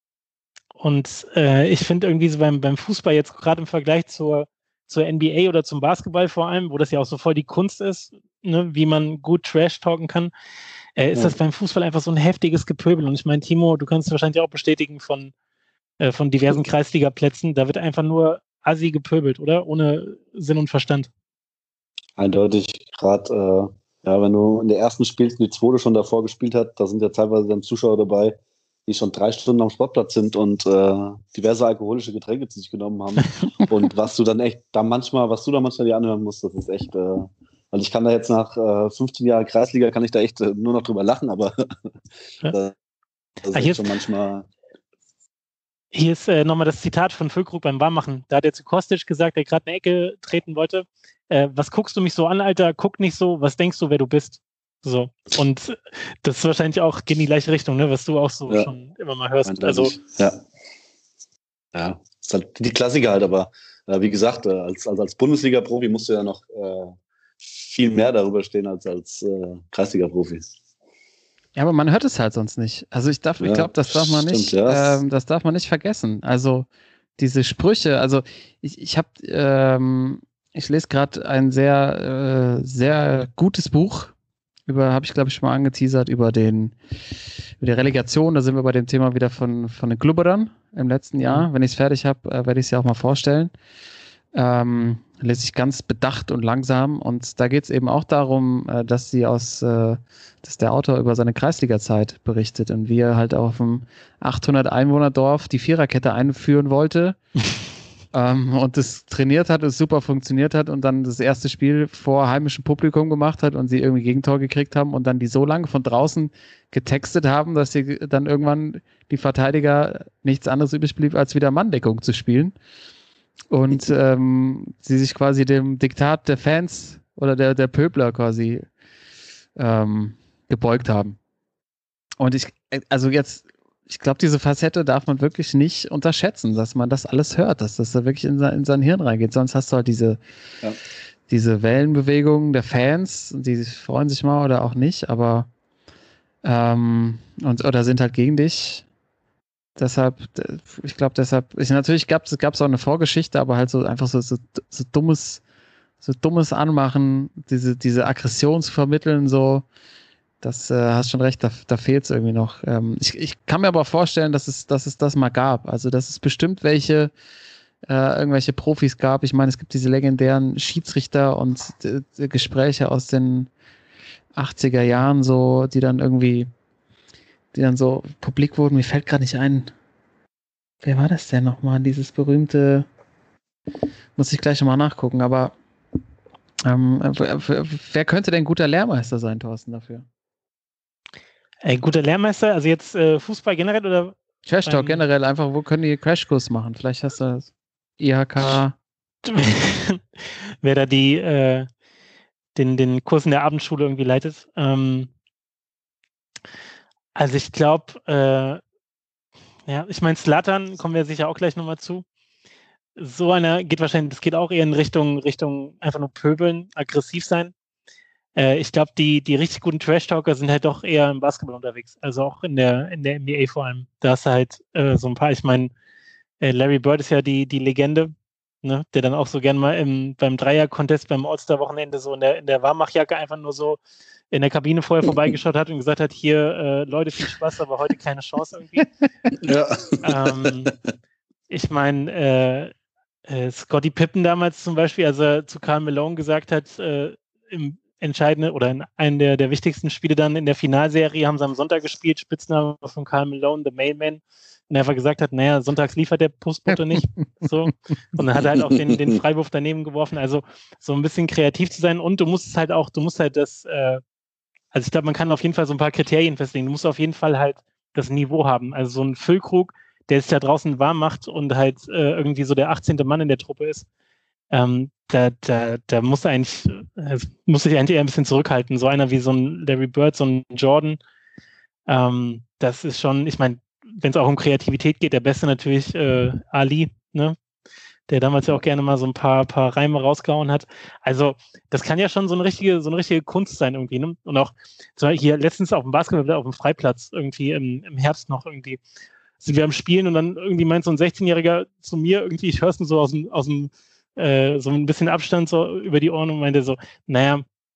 Und äh, ich finde irgendwie so beim, beim Fußball jetzt gerade im Vergleich zur, zur N B A oder zum Basketball vor allem, wo das ja auch so voll die Kunst ist, ne, wie man gut Trash-talken kann, äh, ist ja. das beim Fußball einfach so ein heftiges Gepöbel. Und ich meine, Timo, du kannst wahrscheinlich auch bestätigen von äh, von diversen Kreisliga-Plätzen. Da wird einfach nur assi gepöbelt, oder? Ohne Sinn und Verstand. Eindeutig, gerade äh, ja, wenn du in der ersten spielst, die zweite schon davor gespielt hat, da sind ja teilweise dann Zuschauer dabei, die schon drei Stunden am Sportplatz sind und äh, diverse alkoholische Getränke zu sich genommen haben. Und was du dann echt da manchmal, was du da manchmal dir anhören musst, das ist echt, äh, also ich kann da jetzt nach äh, fünfzehn Jahren Kreisliga, kann ich da echt äh, nur noch drüber lachen, aber Ja. das, das ist Ah, hier echt schon manchmal. Hier ist äh, nochmal das Zitat von Füllkrug beim Warmmachen. Da hat er zu Kostic gesagt, der gerade eine Ecke treten wollte. Äh, was guckst du mich so an, Alter? Guck nicht so. Was denkst du, wer du bist? So. Und das ist wahrscheinlich auch geht in die gleiche Richtung, ne? Was du auch so Ja. schon immer mal hörst. Eindeutig. Also, ja. Ja, ist halt die Klassiker halt, aber äh, wie gesagt, äh, als, als, als Bundesliga-Profi musst du ja noch äh, viel mehr darüber stehen als als äh, Kreisliga-Profi. Ja, aber man hört es halt sonst nicht. Also ich darf, ich Ja, glaube, das darf man stimmt, nicht, ja. ähm, das darf man nicht vergessen. Also diese Sprüche, also ich, ich habe, ähm, ich lese gerade ein sehr, äh, sehr gutes Buch über, habe ich glaube ich schon mal angeteasert, über den, über die Relegation. Da sind wir bei dem Thema wieder von, von den Glubberern im letzten Jahr. Mhm. Wenn ich es fertig habe, äh, werde ich es ja auch mal vorstellen. Ähm, lese ich ganz bedacht und langsam und da geht es eben auch darum, äh, dass sie aus, äh, dass der Autor über seine Kreisliga-Zeit berichtet und wie er halt auf dem achthundert Einwohner-Dorf die Viererkette einführen wollte ähm, und das trainiert hat, es super funktioniert hat und dann das erste Spiel vor heimischem Publikum gemacht hat und sie irgendwie Gegentor gekriegt haben und dann die so lange von draußen getextet haben, dass sie dann irgendwann die Verteidiger nichts anderes übrig blieb, als wieder Manndeckung zu spielen. Und ähm, sie sich quasi dem Diktat der Fans oder der, der Pöbler quasi ähm, gebeugt haben. Und ich, also jetzt, ich glaube, diese Facette darf man wirklich nicht unterschätzen, dass man das alles hört, dass das da wirklich in, sein, in sein Hirn reingeht. Sonst hast du halt diese, Ja. diese Wellenbewegungen der Fans, die freuen sich mal oder auch nicht, aber ähm, und, oder sind halt gegen dich. Deshalb, ich glaube, deshalb, ich, natürlich gab es auch eine Vorgeschichte, aber halt so einfach so, so, so dummes, so dummes Anmachen, diese, diese Aggression zu vermitteln, so, das äh, hast schon recht, da, da fehlt es irgendwie noch. Ähm, ich, ich kann mir aber vorstellen, dass es, dass es das mal gab. Also, dass es bestimmt welche, äh, irgendwelche Profis gab. Ich meine, es gibt diese legendären Schiedsrichter und äh, Gespräche aus den achtziger Jahren, so, die dann irgendwie die dann so publik wurden. Mir fällt gerade nicht ein, wer war das denn nochmal? Dieses berühmte, muss ich gleich nochmal nachgucken, aber ähm, wer könnte denn guter Lehrmeister sein, Thorsten, dafür? ein guter Lehrmeister, also jetzt äh, Fußball generell oder? Trash Talk Ähm, generell, einfach, wo können die Crashkurs machen? Vielleicht hast du das I H K. Wer da die, äh, den, den Kurs in der Abendschule irgendwie leitet. Ähm, Also ich glaube, äh, ja, ich meine, Zlatan, kommen wir sicher auch gleich nochmal zu. So einer geht wahrscheinlich, das geht auch eher in Richtung, Richtung einfach nur pöbeln, aggressiv sein. Äh, ich glaube, die, die richtig guten Trash-Talker sind halt doch eher im Basketball unterwegs, also auch in der, in der N B A vor allem. Da hast du halt äh, so ein paar, ich meine, äh, Larry Bird ist ja die, die Legende, ne, der dann auch so gern mal im, beim Dreier-Contest, beim All-Star-Wochenende so in der, in der Warmachjacke einfach nur so in der Kabine vorher vorbeigeschaut hat und gesagt hat, hier, äh, Leute, viel Spaß, aber heute keine Chance irgendwie. Ja. ähm, ich meine, äh, äh, Scottie Pippen damals zum Beispiel, als er zu Karl Malone gesagt hat, äh, im entscheidenden oder in einem der, der wichtigsten Spiele dann in der Finalserie haben sie am Sonntag gespielt, Spitzname von Karl Malone, The Mailman, und er einfach gesagt hat, naja, sonntags liefert der Postbote nicht. So. Und dann hat er halt auch den, den Freiwurf daneben geworfen. Also so ein bisschen kreativ zu sein und du musst es halt auch, du musst halt das, äh, also ich glaube, man kann auf jeden Fall so ein paar Kriterien festlegen. Du musst auf jeden Fall halt das Niveau haben. Also so ein Füllkrug, der sich da draußen warm macht und halt äh, irgendwie so der achtzehnte Mann in der Truppe ist, ähm, da, da, da muss er eigentlich, äh, muss sich eigentlich eher ein bisschen zurückhalten. So einer wie so ein Larry Bird, so ein Jordan, ähm, das ist schon, ich meine, wenn es auch um Kreativität geht, der Beste natürlich äh, Ali, ne? Der damals ja auch gerne mal so ein paar, paar Reime rausgehauen hat. Also das kann ja schon so eine richtige, so eine richtige Kunst sein irgendwie. Ne? Und auch zum Beispiel hier letztens auf dem Basketball, auf dem Freiplatz irgendwie im, im Herbst noch irgendwie sind wir am Spielen und dann irgendwie meint so ein sechzehnjähriger zu mir irgendwie, ich höre es nur so aus dem, aus dem äh, so ein bisschen Abstand so über die Ohren und meinte so, naja,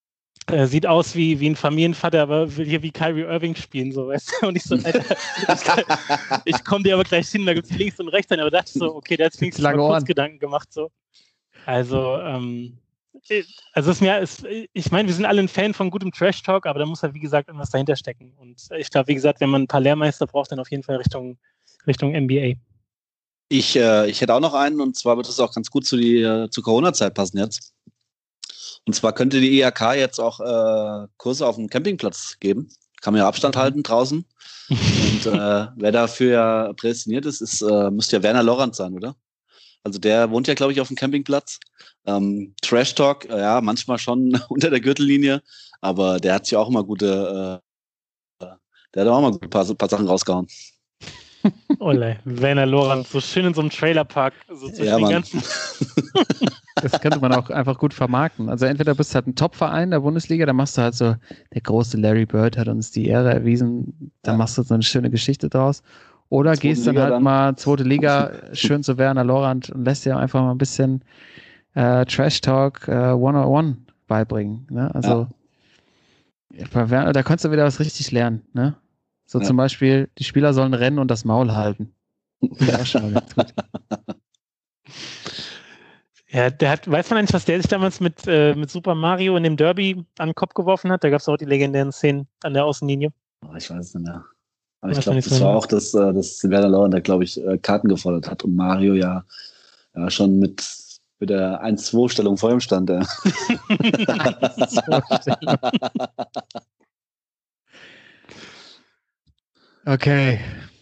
äh, sieht aus wie, wie ein Familienvater, aber will hier wie Kyrie Irving spielen, so, weißt du? Und ich so, Alter, ich, ich komme dir aber gleich hin, da gibt es links und rechts, aber dachte ich so, okay, der hat wenigstens mal kurz Gedanken gemacht, so. Also, ähm, also es ist mir, es, ich meine, wir sind alle ein Fan von gutem Trash-Talk, aber da muss halt, wie gesagt, irgendwas dahinter stecken. Und ich glaube, wie gesagt, wenn man ein paar Lehrmeister braucht, dann auf jeden Fall Richtung, Richtung N B A. Ich, äh, ich hätte auch noch einen, und zwar wird es auch ganz gut zu die äh, zur Corona-Zeit passen jetzt. Und zwar könnte die I H K jetzt auch äh, Kurse auf dem Campingplatz geben. Kann man ja Abstand halten draußen. Und äh, wer dafür ja prädestiniert ist, ist äh, müsste ja Werner Lorant sein, oder? Also der wohnt ja, glaube ich, auf dem Campingplatz. Ähm, Trash Talk, äh, ja, manchmal schon unter der Gürtellinie, aber der hat sich auch immer gute, äh, der hat auch mal ein paar, paar Sachen rausgehauen. Olle, Werner Lorant, so schön in so einem Trailerpark, so zwischen ja, den Mann. ganzen. Das könnte man auch einfach gut vermarkten. Also entweder bist du halt ein Top-Verein der Bundesliga, dann machst du halt so, der große Larry Bird hat uns die Ehre erwiesen, dann Ja. machst du so eine schöne Geschichte draus. Oder Zweite gehst dann Liga halt dann. mal zweite Liga schön zu Werner Lorant und lässt dir einfach mal ein bisschen äh, Trash-Talk äh, one oh one beibringen. Ne? Also bei Werner, da kannst du wieder was richtig lernen. Ne? So Ja. zum Beispiel, die Spieler sollen rennen und das Maul halten. Ja, auch schon mal ganz gut. Ja, der hat, weiß man eigentlich, was der sich damals mit, äh, mit Super Mario in dem Derby an den Kopf geworfen hat? Da gab es auch die legendären Szenen an der Außenlinie. Oh, ich weiß es nicht mehr. Aber ich Weiß glaube, man nicht das so war genau. auch, dass, äh, dass Werner Lorant da, glaube ich, äh, Karten gefordert hat und Mario ja, ja schon mit, mit der eins zwei Stellung vor ihm stand. Ja. Okay.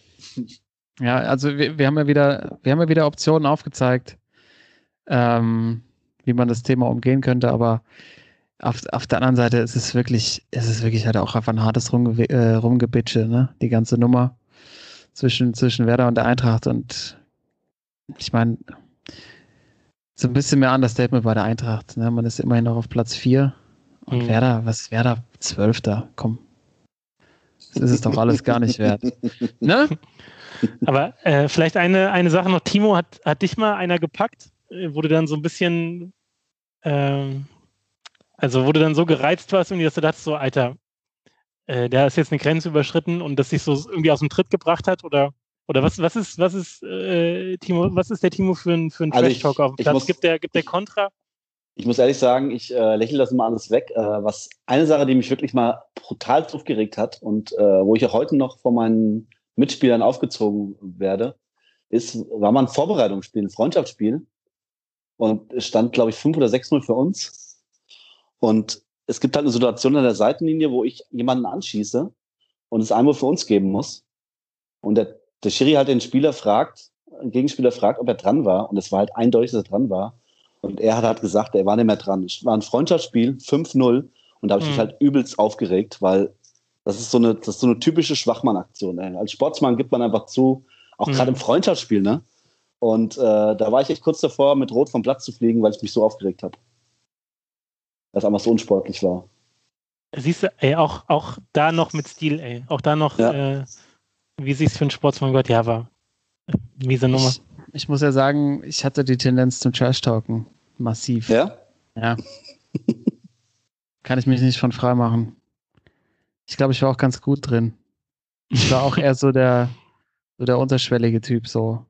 Ja, also wir, wir haben ja wieder, wir haben ja wieder Optionen aufgezeigt, ähm, wie man das Thema umgehen könnte, aber auf, auf der anderen Seite ist es wirklich, es ist wirklich halt auch einfach ein hartes Rumge äh, Rumgebitsche, ne? Die ganze Nummer zwischen, zwischen Werder und der Eintracht, und ich meine, so ein bisschen mehr Understatement bei der Eintracht, ne? Man ist immerhin noch auf Platz vier und Mhm. Werder, was ist Werder? Zwölfter, komm. Das ist es doch alles gar nicht wert. Ne? Aber äh, vielleicht eine, eine Sache noch. Timo, hat, hat dich mal einer gepackt, äh, wo du dann so ein bisschen, ähm, also wo du dann so gereizt warst, irgendwie, dass du dachtest, so, Alter, äh, der ist jetzt eine Grenze überschritten und das sich so irgendwie aus dem Tritt gebracht hat? Oder, oder was, was ist, was ist, äh, Timo, was ist der Timo für ein, für ein Also ich- Trash-Talk auf dem ich Platz? muss- Gibt der, gibt der Kontra? Ich muss ehrlich sagen, ich äh, lächle das immer alles weg. Äh, was eine Sache, die mich wirklich mal brutal aufgeregt hat und äh, wo ich auch heute noch von meinen Mitspielern aufgezogen werde, ist, war mal ein Vorbereitungsspiel, ein Freundschaftsspiel. Und es stand, glaube ich, fünf oder sechs null für uns. Und es gibt halt eine Situation an der Seitenlinie, wo ich jemanden anschieße und es einmal für uns geben muss. Und der, der Schiri halt den Spieler fragt, den Gegenspieler fragt, ob er dran war. Und es war halt eindeutig, dass er dran war. Und er hat halt gesagt, er war nicht mehr dran. Es war ein Freundschaftsspiel, fünf null. Und da habe ich mich Mhm. halt übelst aufgeregt, weil das ist so eine, das ist so eine typische Schwachmann-Aktion. Ey. Als Sportsmann gibt man einfach zu, auch Mhm. gerade im Freundschaftsspiel, ne? Und äh, da war ich echt kurz davor, mit Rot vom Platz zu fliegen, weil ich mich so aufgeregt habe. Weil es einfach so unsportlich war. Siehst du, ey, auch, auch da noch mit Stil, ey. Auch da noch, Ja. äh, wie sich's für einen Sportsmann gehört, ja, war äh, miese Nummer. Ich, ich muss ja sagen, ich hatte die Tendenz zum Trash-Talken. Massiv. Ja? Ja. Kann ich mich nicht von frei machen. Ich glaube, ich war auch ganz gut drin. Ich war auch eher so der, so der unterschwellige Typ, so.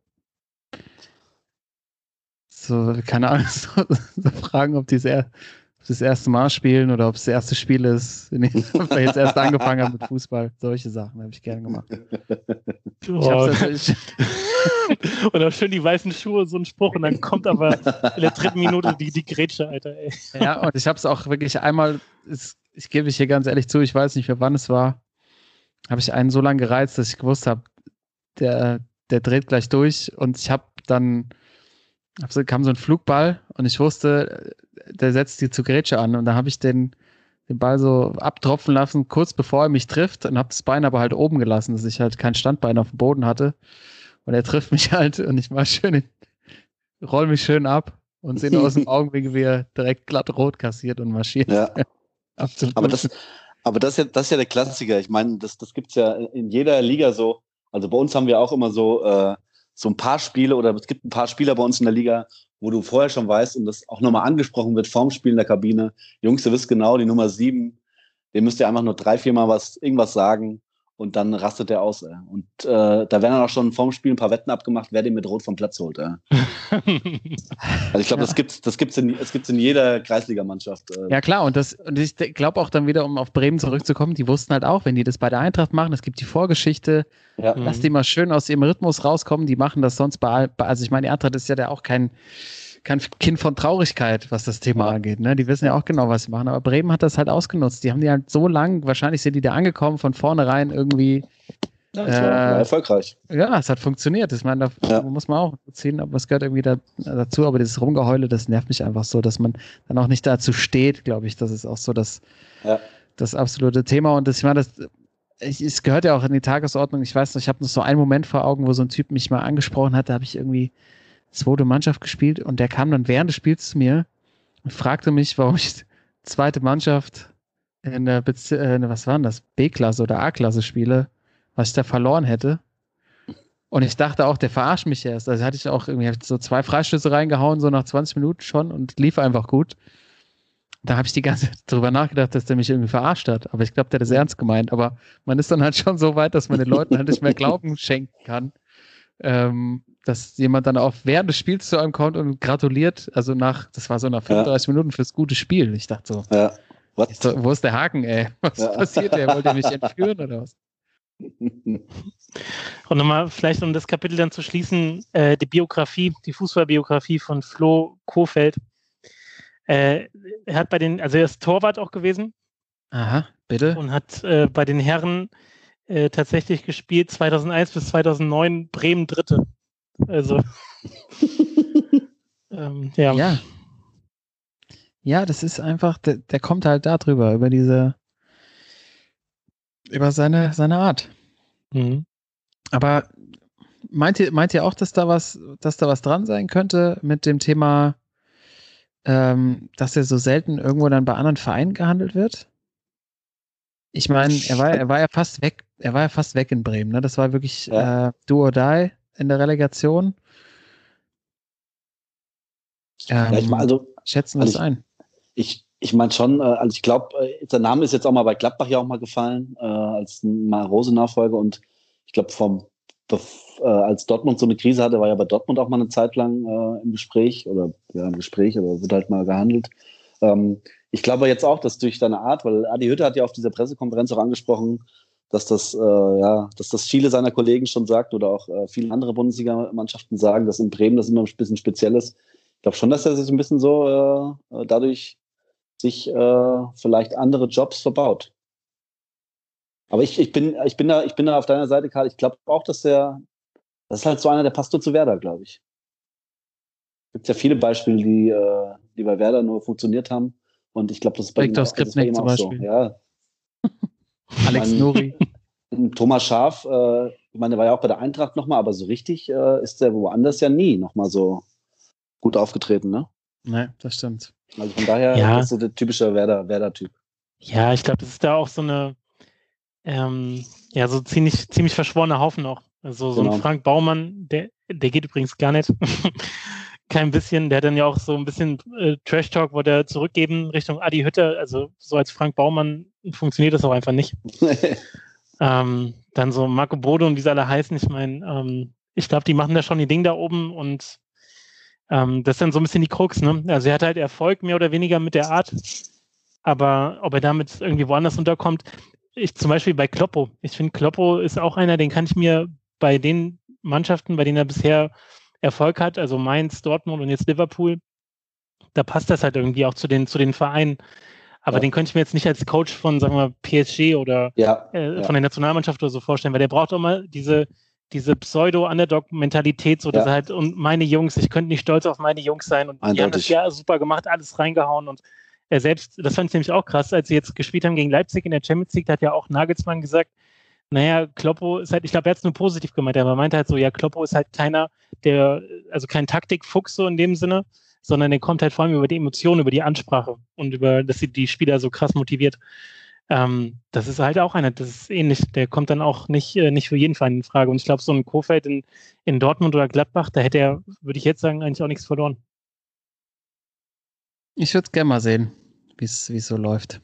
So, keine Ahnung, so, so fragen, ob die das, er, ob das erste Mal spielen oder ob es das erste Spiel ist, in dem wir jetzt erst angefangen haben mit Fußball. Solche Sachen habe ich gerne gemacht. Ich Oh. hab's natürlich, Und auch schön die weißen Schuhe, so ein Spruch, und dann kommt aber in der dritten Minute die, die Grätsche, Alter, ey. ja, und ich habe es auch wirklich einmal, es, ich gebe mich hier ganz ehrlich zu, ich weiß nicht, für wann es war, habe ich einen so lange gereizt, dass ich gewusst habe, der, der dreht gleich durch, und ich habe dann, hab so, kam so ein Flugball und ich wusste, der setzt die zu Grätsche an, und da habe ich den, den Ball so abtropfen lassen, kurz bevor er mich trifft, und habe das Bein aber halt oben gelassen, dass ich halt kein Standbein auf dem Boden hatte, und er trifft mich halt, und ich mal schön, in, roll mich schön ab und sehe nur aus dem Augenwinkel, wie er direkt glatt rot kassiert und marschiert. Ja. Absolut. Aber das, aber das ist ja, das ist ja der Klassiker. Ich meine, das, das gibt's ja in jeder Liga so. Also bei uns haben wir auch immer so, äh, so ein paar Spiele oder es gibt ein paar Spieler bei uns in der Liga, wo du vorher schon weißt und das auch nochmal angesprochen wird vorm Spiel in der Kabine. Jungs, ihr wisst genau, die Nummer sieben, dem müsst ihr einfach nur drei, vier Mal was, irgendwas sagen und dann rastet der aus. Ey. Und äh, da werden dann auch schon vorm Spiel ein paar Wetten abgemacht, wer den mit Rot vom Platz holt. Ey. Also ich glaube, das gibt's, das gibt's in, das gibt's in jeder Kreisligamannschaft. Äh. Ja klar, und, das, und ich glaube auch dann wieder, um auf Bremen zurückzukommen, die wussten halt auch, wenn die das bei der Eintracht machen, es gibt die Vorgeschichte, ja. Lass die mal schön aus ihrem Rhythmus rauskommen, die machen das sonst bei, also ich meine, die Eintracht ist ja da auch kein, kein Kind von Traurigkeit, was das Thema angeht, ne? Die wissen ja auch genau, was sie machen, aber Bremen hat das halt ausgenutzt, die haben die halt so lang, wahrscheinlich sind die da angekommen, von vornherein irgendwie ja, das war, äh, war erfolgreich. Ja, es hat funktioniert, ich meine, da ja. muss man auch ziehen, aber es gehört irgendwie da, dazu, aber dieses Rumgeheule, das nervt mich einfach so, dass man dann auch nicht dazu steht, glaube ich, das ist auch so das, ja. das absolute Thema und das, ich meine, das Ich, es gehört ja auch in die Tagesordnung. Ich weiß noch, ich habe noch so einen Moment vor Augen, wo so ein Typ mich mal angesprochen hat. Da habe ich irgendwie zweite Mannschaft gespielt und der kam dann während des Spiels zu mir und fragte mich, warum ich zweite Mannschaft in der, Bez- äh, was war denn das, B-Klasse oder A-Klasse spiele, was ich da verloren hätte. Und ich dachte auch, der verarscht mich erst. Also hatte ich auch irgendwie so zwei Freistöße reingehauen, so nach zwanzig Minuten schon und lief einfach gut. Da habe ich die ganze Zeit drüber nachgedacht, dass der mich irgendwie verarscht hat. Aber ich glaube, der hat das ernst gemeint. Aber man ist dann halt schon so weit, dass man den Leuten halt nicht mehr Glauben schenken kann. Ähm, dass jemand dann auch während des Spiels zu einem kommt und gratuliert. Also nach, das war so nach fünfunddreißig ja. Minuten fürs gute Spiel. Ich dachte so, ja. so wo ist der Haken, ey? Was ja. passiert? Der wollte mich entführen oder was? Und nochmal, vielleicht um das Kapitel dann zu schließen, äh, die Biografie, die Fußballbiografie von Flo Kohfeldt. Äh, er hat bei den, also er ist Torwart auch gewesen. Aha, bitte. Und hat äh, bei den Herren äh, tatsächlich gespielt, zweitausendeins bis zweitausendneun Bremen Dritte. Also, ähm, ja. ja. Ja, das ist einfach, der, der kommt halt da drüber, über diese, über seine, seine Art. Mhm. Aber meint ihr, meint ihr auch, dass da was, dass da was dran sein könnte mit dem Thema, Ähm, dass er so selten irgendwo dann bei anderen Vereinen gehandelt wird? Ich meine, er war, er war ja fast weg, er war ja fast weg in Bremen, ne? Das war wirklich ja. äh, do or die in der Relegation. Ähm, ja, ich mein, also, schätzen wir also es ein. Ich, ich meine schon, also ich glaube, der Name ist jetzt auch mal bei Gladbach ja auch mal gefallen, äh, als Rose-Nachfolger und ich glaube, vom Bef- äh, als Dortmund so eine Krise hatte, war ja bei Dortmund auch mal eine Zeit lang äh, im Gespräch oder ja im Gespräch, aber wird halt mal gehandelt. Ähm, ich glaube jetzt auch, dass durch deine Art, weil Adi Hütter hat ja auf dieser Pressekonferenz auch angesprochen, dass das äh, ja, dass das viele seiner Kollegen schon sagt oder auch äh, viele andere Bundesliga-Mannschaften sagen, dass in Bremen das immer ein bisschen speziell ist. Ich glaube schon, dass er sich ein bisschen so äh, dadurch sich äh, vielleicht andere Jobs verbaut. Aber ich, ich, bin, ich, bin da, ich bin da auf deiner Seite, Karl. Ich glaube auch, dass der, das ist halt so einer, der passt nur zu Werder, glaube ich. Es gibt ja viele Beispiele, die, äh, die bei Werder nur funktioniert haben. Und ich glaube, das ist bei ihm, Viktor das ist bei ihm zum auch so. Beispiel. Ja. Alex mein, Nuri. Thomas Schaaf, äh, ich meine, der war ja auch bei der Eintracht nochmal, aber so richtig äh, ist der woanders ja nie nochmal so gut aufgetreten, ne? Nein, das stimmt. Also von daher ja. das ist so der typische Werder, Werder-Typ. Ja, ich glaube, das ist da auch so eine Ähm, ja, so ziemlich, ziemlich verschworener Haufen noch. Also so Genau. ein Frank Baumann, der, der geht übrigens gar nicht. Kein bisschen, der hat dann ja auch so ein bisschen äh, Trash-Talk, wollte er zurückgeben Richtung Adi Hütter. Also so als Frank Baumann funktioniert das auch einfach nicht. ähm, dann so Marco Bode und wie sie alle heißen. Ich meine, ähm, ich glaube, die machen da schon die Ding da oben und ähm, das ist dann so ein bisschen die Krux, ne? Also er hat halt Erfolg mehr oder weniger mit der Art, aber ob er damit irgendwie woanders unterkommt, ich zum Beispiel bei Kloppo. Ich finde, Kloppo ist auch einer, den kann ich mir bei den Mannschaften, bei denen er bisher Erfolg hat, also Mainz, Dortmund und jetzt Liverpool, da passt das halt irgendwie auch zu den, zu den Vereinen. Aber ja. den könnte ich mir jetzt nicht als Coach von, sagen wir, P S G oder ja, äh, ja. von der Nationalmannschaft oder so vorstellen, weil der braucht auch mal diese, diese Pseudo-Underdog-Mentalität, so dass ja. er halt, und meine Jungs, ich könnte nicht stolz auf meine Jungs sein und Eindeutig. die haben das ja super gemacht, alles reingehauen und er selbst, das fand ich nämlich auch krass, als sie jetzt gespielt haben gegen Leipzig in der Champions League, da hat ja auch Nagelsmann gesagt, naja, Kloppo ist halt, ich glaube, er hat es nur positiv gemeint, aber er meinte halt so, ja, Kloppo ist halt keiner, der, also kein Taktikfuchs so in dem Sinne, sondern der kommt halt vor allem über die Emotionen, über die Ansprache und über, dass sie die Spieler so krass motiviert. Ähm, das ist halt auch einer, das ist ähnlich, der kommt dann auch nicht, äh, nicht für jeden Verein in Frage. Und ich glaube, so ein Kohfeldt in, in Dortmund oder Gladbach, da hätte er, würde ich jetzt sagen, eigentlich auch nichts verloren. Ich würde es gerne mal sehen, wie es so läuft.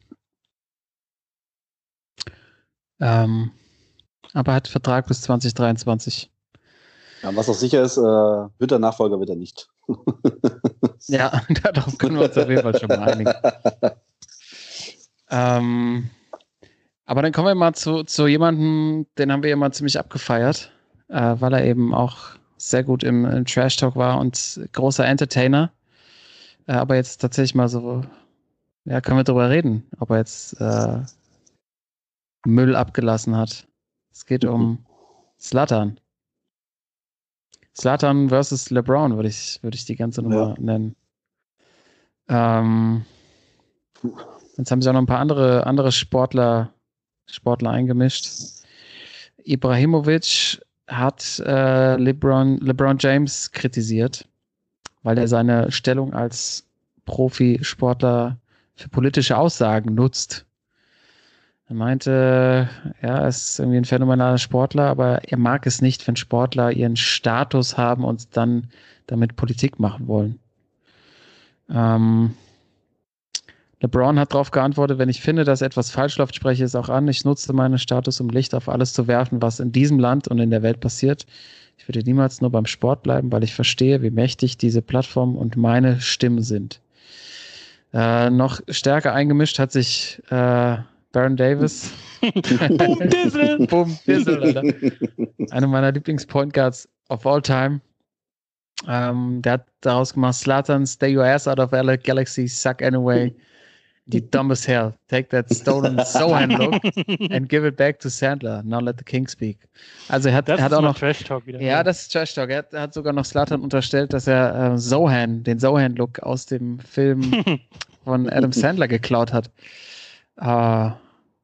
Ähm, aber er hat Vertrag bis zwanzig dreiundzwanzig. Ja, was auch sicher ist, äh, wird der Nachfolger wird er nicht. Ja, darauf können wir uns auf jeden Fall schon mal einigen. Ähm, aber dann kommen wir mal zu, zu jemandem, den haben wir ja mal ziemlich abgefeiert, äh, weil er eben auch sehr gut im, im Trash-Talk war und großer Entertainer. Äh, aber jetzt tatsächlich mal so, ja, können wir drüber reden, ob er jetzt äh, Müll abgelassen hat. Es geht um Zlatan. Zlatan versus LeBron, würde ich, würde ich die ganze Nummer ja. nennen. Ähm, jetzt haben sich auch noch ein paar andere, andere Sportler, Sportler eingemischt. Ibrahimovic hat äh, LeBron, LeBron James kritisiert, weil er seine Stellung als Profisportler für politische Aussagen nutzt. Er meinte, ja, er ist irgendwie ein phänomenaler Sportler, aber er mag es nicht, wenn Sportler ihren Status haben und dann damit Politik machen wollen. Ähm, LeBron hat darauf geantwortet, wenn ich finde, dass etwas falsch läuft, spreche ich es auch an. Ich nutze meinen Status, um Licht auf alles zu werfen, was in diesem Land und in der Welt passiert. Ich würde niemals nur beim Sport bleiben, weil ich verstehe, wie mächtig diese Plattform und meine Stimmen sind. Äh, noch stärker eingemischt hat sich äh, Baron Davis. Boom Dizzle! Boom Dizzle, Alter. Einer meiner Lieblings-Point Guards of all time. Ähm, der hat daraus gemacht, Zlatan, stay your ass out of L A Galaxy, suck anyway. You dumb as hell. Take that stolen Sohan look and give it back to Sandler. Now let the king speak. Also er hat, das er hat ist auch mal noch Trash Talk wieder. Ja, das ist Trash Talk. Er hat, er hat sogar noch Zlatan unterstellt, dass er äh, Sohan, den Sohan Look aus dem Film von Adam Sandler geklaut hat. Uh,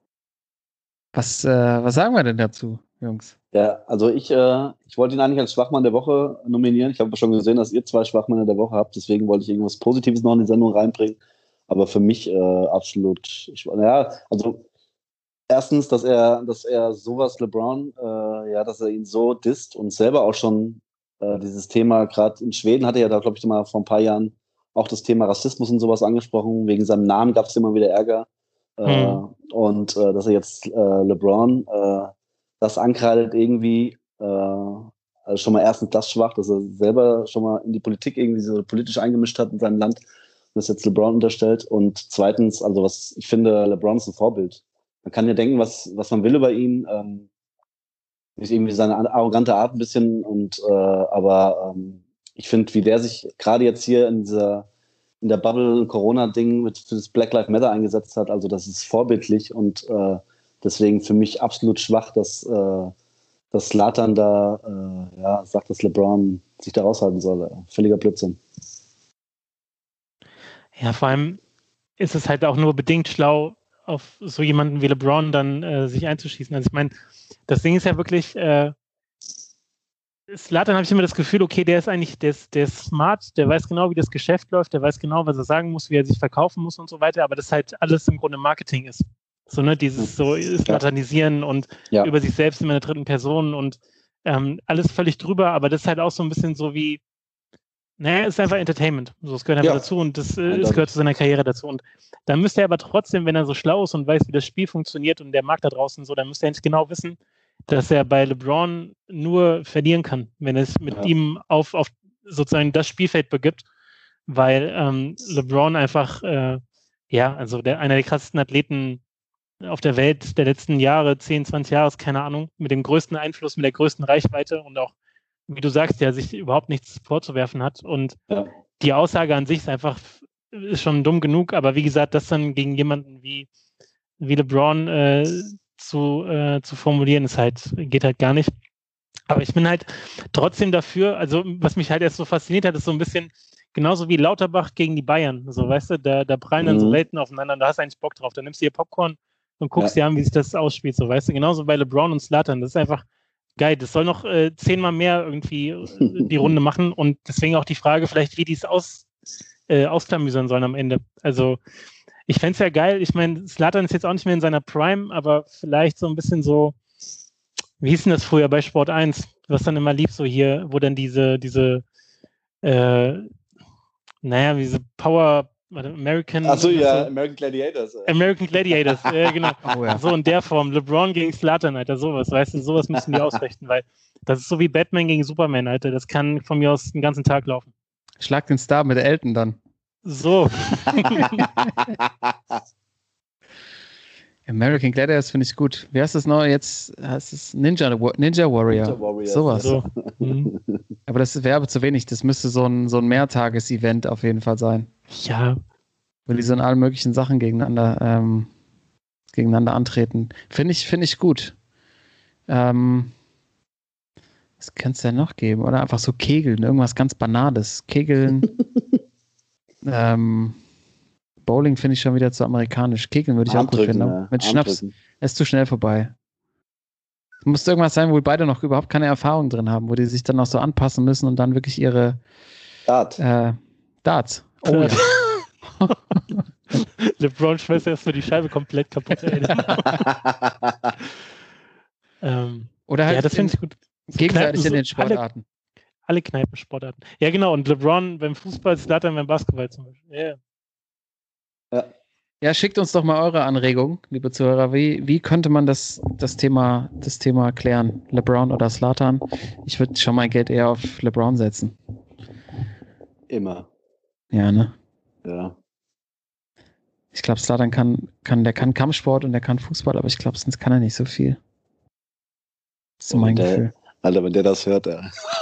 was, äh, was sagen wir denn dazu, Jungs? Ja, also ich, äh, ich wollte ihn eigentlich als Schwachmann der Woche nominieren. Ich habe schon gesehen, dass ihr zwei Schwachmänner der Woche habt, deswegen wollte ich irgendwas Positives noch in die Sendung reinbringen. Aber für mich äh, absolut, ich, ja, also erstens, dass er, dass er sowas LeBron, äh, ja, dass er ihn so disst und selber auch schon äh, dieses Thema, gerade in Schweden hatte er ja da, glaube ich, mal vor ein paar Jahren auch das Thema Rassismus und sowas angesprochen. Wegen seinem Namen gab es immer wieder Ärger. Äh, hm. Und äh, dass er jetzt äh, LeBron äh, das ankreidet irgendwie, äh, also schon mal erstens das schwach, dass er selber schon mal in die Politik irgendwie so politisch eingemischt hat in seinem Land und das jetzt LeBron unterstellt. Und zweitens, also was ich finde, LeBron ist ein Vorbild. Man kann ja denken, was, was man will über ihn, ähm, ist irgendwie seine arrogante Art ein bisschen und äh, aber ähm, ich finde, wie der sich gerade jetzt hier in dieser in der Bubble-Corona-Ding mit für das Black Lives Matter eingesetzt hat, also das ist vorbildlich und äh, deswegen für mich absolut schwach, dass, äh, dass Zlatan da äh, ja, sagt, dass LeBron sich da raushalten soll. Völliger Blödsinn. Ja, vor allem ist es halt auch nur bedingt schlau, auf so jemanden wie LeBron dann äh, sich einzuschießen. Also ich meine, das Ding ist ja wirklich, äh, Zlatan habe ich immer das Gefühl, okay, der ist eigentlich, der ist, der ist smart, der weiß genau, wie das Geschäft läuft, der weiß genau, was er sagen muss, wie er sich verkaufen muss und so weiter, aber das halt alles im Grunde Marketing ist. So, ne, dieses so Slatanisieren und ja. über sich selbst in der dritten Person und ähm, alles völlig drüber, aber das ist halt auch so ein bisschen so wie, naja, es ist einfach Entertainment. So, es gehört einfach ja. dazu und das, äh, es gehört zu seiner Karriere dazu. Und dann müsste er aber trotzdem, wenn er so schlau ist und weiß, wie das Spiel funktioniert und der Markt da draußen so, dann müsste er nicht genau wissen, dass er bei LeBron nur verlieren kann, wenn es mit ja. ihm auf, auf sozusagen das Spielfeld begibt, weil ähm, LeBron einfach, äh, ja, also der, einer der krassesten Athleten auf der Welt der letzten Jahre, zehn, zwanzig Jahre, keine Ahnung, mit dem größten Einfluss, mit der größten Reichweite und auch, wie du sagst, der sich überhaupt nichts vorzuwerfen hat und ja. die Aussage an sich ist einfach, ist schon dumm genug, aber wie gesagt, das dann gegen jemanden wie, wie LeBron äh, zu, äh, zu formulieren, ist halt, geht halt gar nicht. Aber ich bin halt trotzdem dafür, also was mich halt erst so fasziniert hat, ist so ein bisschen genauso wie Lauterbach gegen die Bayern. So, weißt du, da, da prallen dann mhm. so Welten aufeinander und da hast du eigentlich Bock drauf. Da nimmst du dir Popcorn und guckst ja. dir an, wie sich das ausspielt. So, weißt du, genauso bei LeBron und Zlatan. Das ist einfach geil. Das soll noch äh, zehnmal mehr irgendwie die Runde machen und deswegen auch die Frage vielleicht, wie die es aus, äh, ausklamüsern sollen am Ende. Also ich fände es ja geil, ich meine, Zlatan ist jetzt auch nicht mehr in seiner Prime, aber vielleicht so ein bisschen so, wie hieß denn das früher bei Sport eins, was dann immer lief, so hier, wo dann diese, diese, äh, naja, diese Power, warte, American... Achso, ja, so, American Gladiators. Ey. American Gladiators, äh, genau. Oh, ja. So in der Form, LeBron gegen Zlatan, Alter, sowas, weißt du, sowas müssen die ausrichten, weil das ist so wie Batman gegen Superman, Alter, das kann von mir aus den ganzen Tag laufen. Schlag den Star mit Elton dann. So. American Gladiators finde ich gut. Wie heißt das noch? Jetzt heißt es Ninja, Ninja Warrior. Ninja Warrior. Sowas. So. Mhm. Aber das wäre aber zu wenig. Das müsste so ein, so ein Mehrtages-Event auf jeden Fall sein. Ja. Weil die so in allen möglichen Sachen gegeneinander, ähm, gegeneinander antreten. Finde ich, finde ich gut. Ähm, was kann es denn noch geben? Oder einfach so Kegeln, irgendwas ganz Banales. Kegeln. ähm, Bowling finde ich schon wieder zu amerikanisch. Kegeln würde ich auch gut finden. Ja. Mit Schnaps ist zu schnell vorbei. Es muss irgendwas sein, wo beide noch überhaupt keine Erfahrung drin haben, wo die sich dann noch so anpassen müssen und dann wirklich ihre Dart. Äh, Darts. Oh ja. LeBron schmeißt erstmal die Scheibe komplett kaputt. ähm, Oder halt ja, das finde ich gut. Gegenseitig Kneipen, in den Sportarten. Alle, alle Kneipensportarten. Ja, genau. Und LeBron beim Fußball, Zlatan beim Basketball zum Beispiel. Yeah. Ja. Ja, schickt uns doch mal eure Anregungen, liebe Zuhörer. Wie, wie könnte man das, das, Thema, das Thema klären? LeBron oder Zlatan? Ich würde schon mein Geld eher auf LeBron setzen. Immer. Ja, ne? Ja. Ich glaube, Zlatan kann, kann, der kann Kampfsport und der kann Fußball, aber ich glaube, sonst kann er nicht so viel. Das ist so mein der, Gefühl. Alter, wenn der das hört, ja.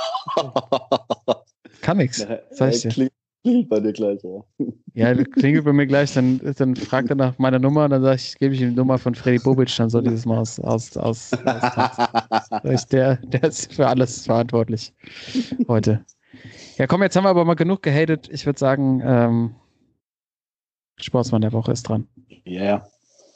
Kann nix, sag ich dir. Klingelt bei dir gleich, ja. Ja, klingelt bei mir gleich, dann, dann fragt er nach meiner Nummer und dann sage ich, gebe ich ihm die Nummer von Freddy Bobic, dann soll dieses Mal aus, aus, aus, aus der, der ist für alles verantwortlich heute. Ja, komm, jetzt haben wir aber mal genug gehatet. Ich würde sagen, ähm, Sportsmann der Woche ist dran. Ja, yeah.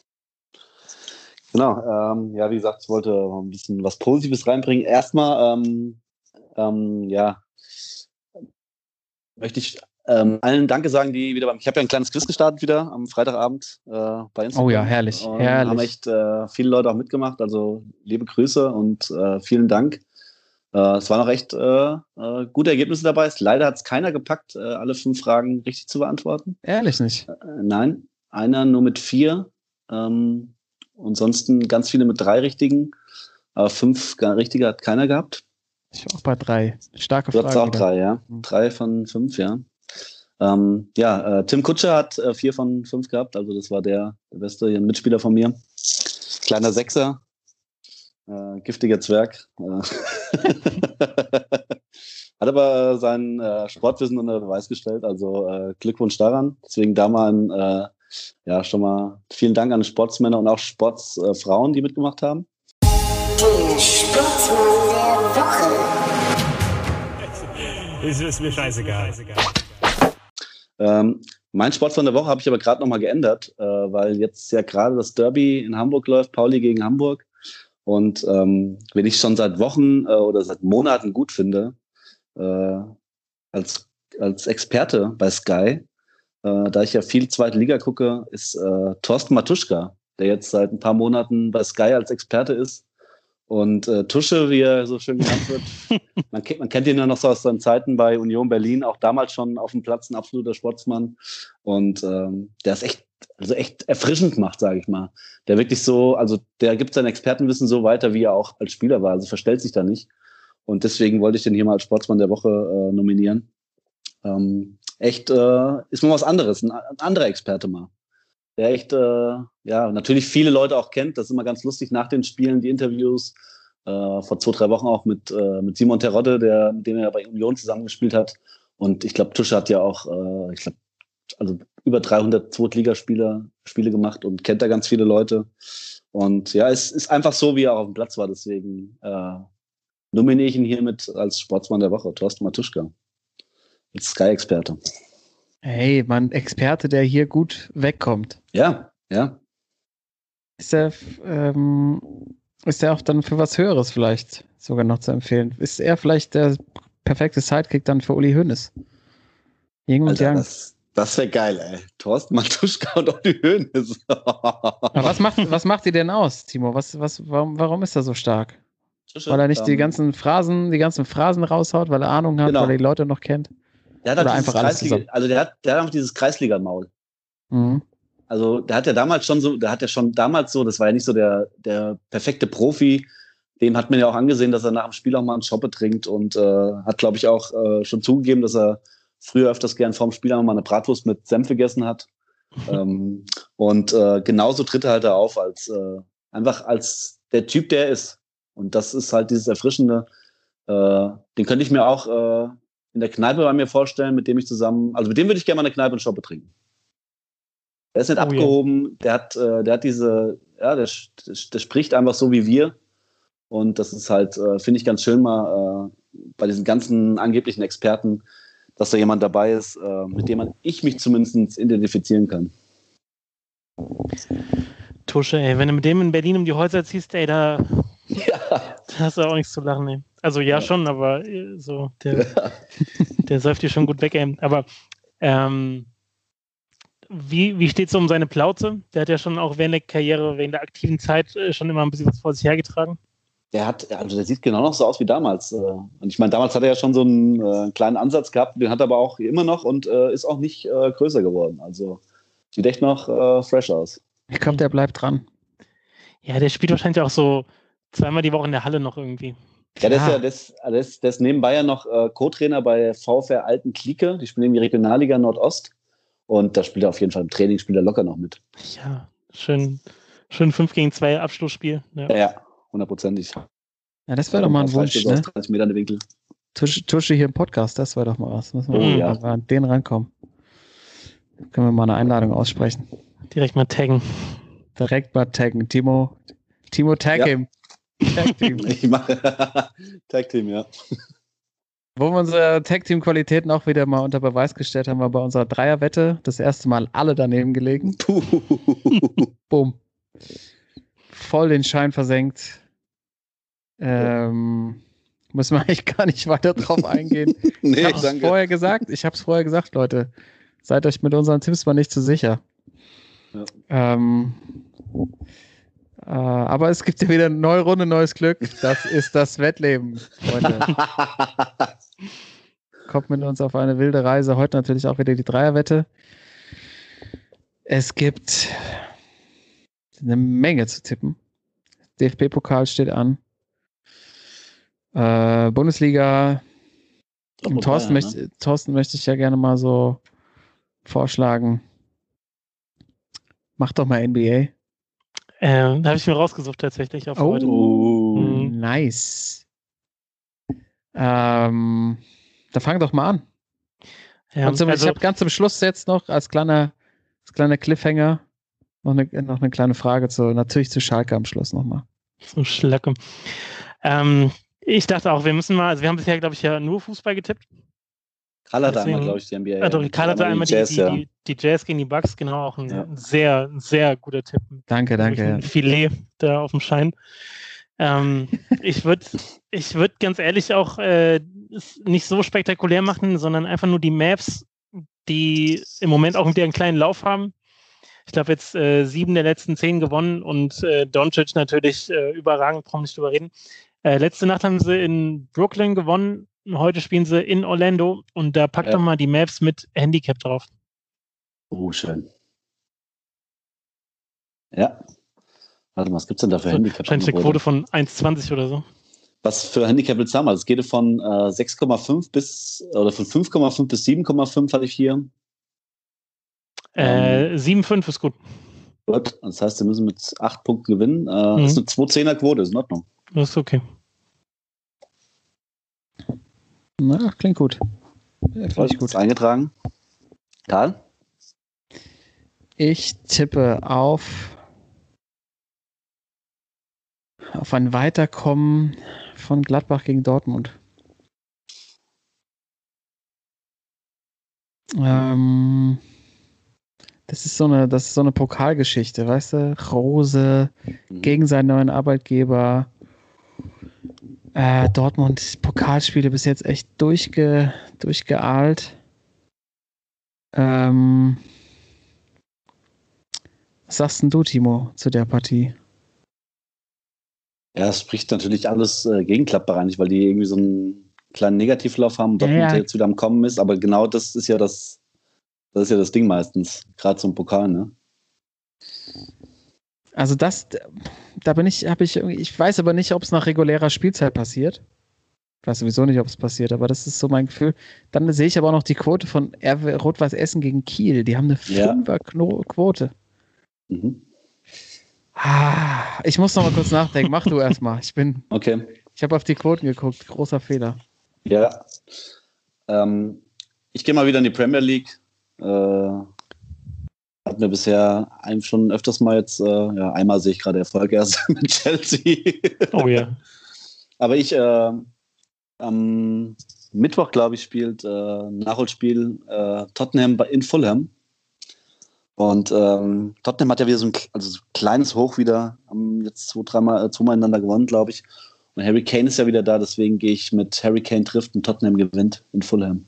Genau, ähm, ja, wie gesagt, ich wollte ein bisschen was Positives reinbringen. Erstmal, ähm, ähm, ja, möchte ich ähm, allen Danke sagen, die wieder beim, ich habe ja ein kleines Quiz gestartet wieder am Freitagabend äh, bei Instagram. Oh ja, herrlich, und herrlich. Haben echt äh, viele Leute auch mitgemacht, also liebe Grüße und äh, vielen Dank. Äh, es waren auch echt äh, äh, gute Ergebnisse dabei. Leider hat es keiner gepackt, äh, alle fünf Fragen richtig zu beantworten. Ehrlich nicht? Äh, nein, einer nur mit vier. Ähm, ansonsten ganz viele mit drei richtigen. Aber fünf richtige hat keiner gehabt. Ich war auch bei drei. Starke Du Frage. hast auch wieder. drei, ja. Mhm. Drei von fünf, ja. Ähm, ja, äh, Tim Kutscher hat äh, vier von fünf gehabt. Also das war der, der beste Mitspieler von mir. Kleiner Sechser. Äh, giftiger Zwerg. Hat aber sein äh, Sportwissen unter Beweis gestellt, also äh, Glückwunsch daran. Deswegen da mal ein, äh, ja, schon mal vielen Dank an Sportsmänner und auch Sportsfrauen, äh, die mitgemacht haben. Der Sportsmann der Woche. Es ist mir scheißegal. Ähm, mein Sportsmann der Woche habe ich aber gerade nochmal geändert, äh, weil jetzt ja gerade das Derby in Hamburg läuft, Pauli gegen Hamburg. Und ähm, wenn ich schon seit Wochen äh, oder seit Monaten gut finde, äh, als, als Experte bei Sky, äh, da ich ja viel zweite Liga gucke, ist äh, Thorsten Matuschka, der jetzt seit ein paar Monaten bei Sky als Experte ist. Und äh, Tusche, wie er so schön genannt wird, man, kennt, man kennt ihn ja noch so aus seinen Zeiten bei Union Berlin, auch damals schon auf dem Platz ein absoluter Sportsmann. Und ähm, der ist echt, also echt erfrischend macht, sage ich mal. Der wirklich so, also der gibt sein Expertenwissen so weiter, wie er auch als Spieler war. Also verstellt sich da nicht. Und deswegen wollte ich den hier mal als Sportsmann der Woche äh, nominieren. Ähm, echt, äh, ist mal was anderes, ein, ein anderer Experte mal. Der echt, äh, ja, natürlich viele Leute auch kennt. Das ist immer ganz lustig nach den Spielen, die Interviews. Äh, vor zwei, drei Wochen auch mit, äh, mit Simon Terodde, der, mit dem er bei Union zusammengespielt hat. Und ich glaube, Tusche hat ja auch, äh, ich glaube, also über dreihundert Zweitligaspiele Spiele gemacht und kennt da ganz viele Leute. Und ja, es ist einfach so, wie er auf dem Platz war. Deswegen äh, nominiere ich ihn hiermit als Sportsmann der Woche, Thorsten Matuschka, als Sky-Experte. Hey, man, Experte, der hier gut wegkommt. Ja, ja. Ist der, ähm, ist der auch dann für was Höheres vielleicht sogar noch zu empfehlen? Ist er vielleicht der perfekte Sidekick dann für Uli Hoeneß? Jung und Alter, Young. das, Das wäre geil, ey. Thorsten Matuschka und Olli Hoeneß. Aber was macht, was macht die denn aus, Timo? Was, was, warum, warum ist er so stark? Weil er nicht die ganzen Phrasen, die ganzen Phrasen raushaut, weil er Ahnung hat, Genau. weil er die Leute noch kennt? Der hat halt Oder dieses einfach alles Kreisliga, zusammen? also der hat, der hat einfach dieses Kreisliga-Maul. Mhm. Also der hat ja damals schon so, der hat ja schon damals so, das war ja nicht so der, der perfekte Profi, dem hat man ja auch angesehen, dass er nach dem Spiel auch mal einen Schoppe trinkt und äh, hat, glaube ich, auch äh, schon zugegeben, dass er früher öfters gern vorm Spiel auch mal eine Bratwurst mit Senf gegessen hat. ähm, und äh, genauso tritt er halt da auf, als äh, einfach als der Typ, der er ist. Und das ist halt dieses Erfrischende. Äh, den könnte ich mir auch äh, in der Kneipe bei mir vorstellen, mit dem ich zusammen, also mit dem würde ich gerne mal eine Kneipe und Schoppe trinken. Der ist nicht Oh, abgehoben, der hat, äh, der hat diese, ja, der, der spricht einfach so wie wir. Und das ist halt, äh, finde ich ganz schön mal äh, bei diesen ganzen angeblichen Experten, dass da jemand dabei ist, äh, mit dem man, ich mich zumindest identifizieren kann. Tusche, ey, wenn du mit dem in Berlin um die Häuser ziehst, ey, da, Ja. da hast du auch nichts zu lachen, ey. Also ja, Ja. schon, aber äh, so, der, der säuft dir schon gut weg, ey. Aber ähm, wie, wie steht es um seine Plauze? Der hat ja schon auch während der Karriere, während der aktiven Zeit äh, schon immer ein bisschen was vor sich hergetragen. Der hat, also der sieht genau noch so aus wie damals. äh. Und ich meine, damals hat er ja schon so einen äh, kleinen Ansatz gehabt, den hat er aber auch immer noch und äh, ist auch nicht äh, größer geworden. Also sieht echt noch äh, fresh aus. Ich glaube, der bleibt dran. Ja, der spielt wahrscheinlich auch so zweimal die Woche in der Halle noch irgendwie. Ja, der ist Klar. ja, der ist, der ist, der ist nebenbei ja noch äh, Co-Trainer bei VfR Alten Clique. Die spielen irgendwie Regionalliga Nordost. Und da spielt er auf jeden Fall im Training, spielt er locker noch mit. Ja, schön, schön fünf gegen zwei Abschlussspiel. Ja. Ja, ja, hundertprozentig. Ja, das wäre doch mal ein Wunsch, ne? Aus dreißig Metern Winkel. Tusche, Tusche hier im Podcast, das wäre doch mal was. Müssen wir Oh, mal ja. an den rankommen. Können wir mal eine Einladung aussprechen. Direkt mal taggen. Direkt mal taggen. Timo, Timo, tag Ja. him. Tag Team. Ich mache Tag Team, ja. Wo wir unsere Tag-Team-Qualitäten auch wieder mal unter Beweis gestellt haben, war bei unserer Dreierwette das erste Mal alle daneben gelegen. Puh. Bumm. Voll den Schein versenkt. Ähm, müssen wir eigentlich gar nicht weiter drauf eingehen. Nee, Ich hab's danke. vorher gesagt, ich hab's vorher gesagt, Leute. Seid euch mit unseren Tipps mal nicht zu sicher. Ja. Ähm, äh, aber es gibt ja wieder eine neue Runde, neues Glück. Das ist das Wettleben, Freunde. Kommt mit uns auf eine wilde Reise. Heute natürlich auch wieder die Dreierwette. Es gibt eine Menge zu tippen. D F B-Pokal steht an. Äh, Bundesliga. Dortmund Thorsten, Bayern, möchte, Thorsten möchte ich ja gerne mal so vorschlagen. Mach doch mal N B A. Ähm, da habe ich mir rausgesucht tatsächlich auf Oh. heute. Oh. Mhm. Nice. Ähm, da fang doch mal an. Ja, Und zum, also, ich habe ganz zum Schluss jetzt noch als kleiner, als kleiner Cliffhanger noch eine, noch eine kleine Frage zu, natürlich zu Schalke am Schluss nochmal. so Schlacke. Ähm, ich dachte auch, wir müssen mal, also wir haben bisher, glaube ich, ja nur Fußball getippt. Karl hatte einmal, Deswegen- glaube ich, die N B A. Also Karl hatte einmal die, Jazz, die, ja. die, die Jazz gegen die Bucks, genau, auch ein Ja. sehr, sehr guter Tipp. Danke, Wirklich danke. Ein Filet da auf dem Schein. Ähm, ich würde ich würd ganz ehrlich auch äh, es nicht so spektakulär machen, sondern einfach nur die Mavs, die im Moment auch wieder einen kleinen Lauf haben. Ich glaube jetzt äh, sieben der letzten zehn gewonnen und äh, Doncic natürlich äh, überragend, brauchen wir nicht drüber reden. Äh, letzte Nacht haben sie in Brooklyn gewonnen, heute spielen sie in Orlando und da packt Ja. doch mal die Mavs mit Handicap drauf. Oh, schön. Ja. Warte mal, was gibt's denn da für So, Handicap? Wahrscheinlich eine Quote von eins Komma zwanzig oder so. Was für Handicap willst du haben? Also es geht von äh, sechs Komma fünf bis, oder von fünf Komma fünf bis sieben Komma fünf hatte ich hier. Äh, sieben Komma fünf ist gut. Gut, das heißt, wir müssen mit acht Punkten gewinnen. Äh, Mhm. Das ist eine zwei Komma zehner Quote, ist in Ordnung. Das ist okay. Na, klingt gut. Ja, finde ich Gut. gut. Eingetragen. Karl? Ich tippe auf auf ein Weiterkommen von Gladbach gegen Dortmund. Ähm, das ist so eine, das ist so eine Pokalgeschichte, weißt du? Rose Mhm. gegen seinen neuen Arbeitgeber. Äh, Dortmund Pokalspiele bis jetzt echt durchge, durchgeahlt. Ähm, was sagst denn du, Timo, zu der Partie? Ja, es spricht natürlich alles äh, gegen Gladbach eigentlich, weil die irgendwie so einen kleinen Negativlauf haben, Dortmund Ja, ja. jetzt wieder am Kommen ist, aber genau das ist ja das, das ist ja das Ding meistens, gerade zum Pokal, ne? Also das, da bin ich, habe ich irgendwie, ich weiß aber nicht, ob es nach regulärer Spielzeit passiert. Ich weiß sowieso nicht, ob es passiert, aber das ist so mein Gefühl. Dann sehe ich aber auch noch die Quote von R W Rot-Weiß Essen gegen Kiel. Die haben eine Ja. Fünfer-Quote. Mhm. Ah, ich muss noch mal kurz nachdenken. Mach du erstmal. Ich bin, Okay. ich habe auf die Quoten geguckt. Großer Fehler. Ja. Ähm, ich gehe mal wieder in die Premier League. Äh, hat mir bisher einem schon öfters mal jetzt, äh, ja, einmal sehe ich gerade Erfolg erst mit Chelsea. Oh ja. Aber ich, äh, am Mittwoch, glaube ich, spielt äh, Nachholspiel äh, Tottenham bei- in Fulham. Und ähm, Tottenham hat ja wieder so ein, also so ein kleines Hoch wieder, haben jetzt zwei, dreimal, äh, zweimal ineinander gewonnen, glaube ich. Und Harry Kane ist ja wieder da, deswegen gehe ich mit Harry Kane trifft und Tottenham gewinnt in Fulham.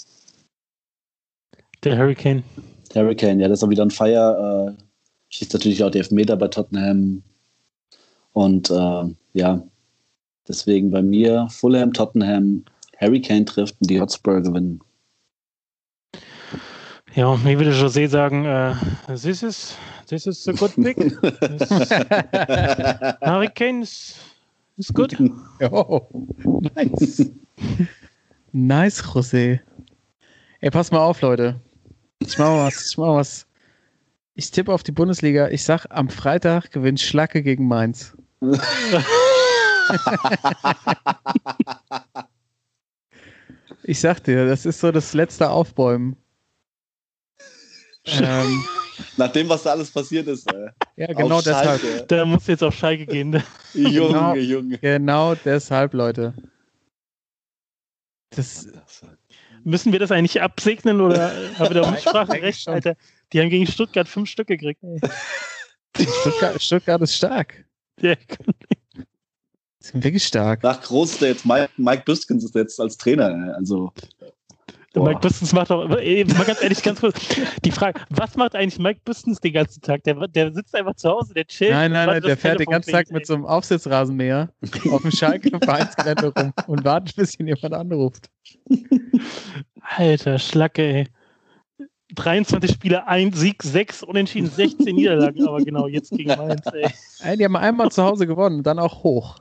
Der Hurricane. Harry Kane, ja, das ist auch wieder ein Feier. Äh, schießt natürlich auch die Elfmeter bei Tottenham. Und äh, ja, deswegen bei mir Fulham, Tottenham, Harry Kane trifft und die Hotspur gewinnen. Ja, mir würde José sagen, äh, this is, this is a good pick. Hurricane is, is good. Oh, nice. Nice, José. Ey, pass mal auf, Leute. Ich mach mal was. Ich mach mal was. Ich tippe auf die Bundesliga. Ich sag, am Freitag gewinnt Schlacke gegen Mainz. Ich sag dir, das ist so das letzte Aufbäumen. ähm, Nach dem, was da alles passiert ist. Äh, ja, genau auf deshalb. Schalke. Der muss jetzt auf Schalke gehen. Ne? Junge, Genau. Junge. Genau deshalb, Leute. Das, Müssen wir das eigentlich absegnen oder haben wir da Mitspracherecht, Eigentlich schon. Alter? Die haben gegen Stuttgart fünf Stück gekriegt. Stuttgart, Stuttgart ist stark. Ja, Die sind wirklich stark. Nach Groß ist der jetzt Mike, Mike Büskens ist jetzt als Trainer. äh, Also, der boah. Mike Büstens macht doch, ey, mal ganz ehrlich, ganz kurz, die Frage, was macht eigentlich Mike Büstens den ganzen Tag? Der, der sitzt einfach zu Hause, der chillt. Nein, nein, nein, wartet, der das fährt den Telefon ganzen Tag klingelt, mit so einem Aufsitzrasenmäher auf dem Schalke-Vereinsgelände rum und wartet, bis ihn jemand anruft. ey. Alter, Schlacke, ey. dreiundzwanzig Spiele, ein Sieg, sechs Unentschieden, sechzehn Niederlagen, aber genau, jetzt gegen Mainz, ey. Ey, die haben einmal zu Hause gewonnen und dann auch hoch.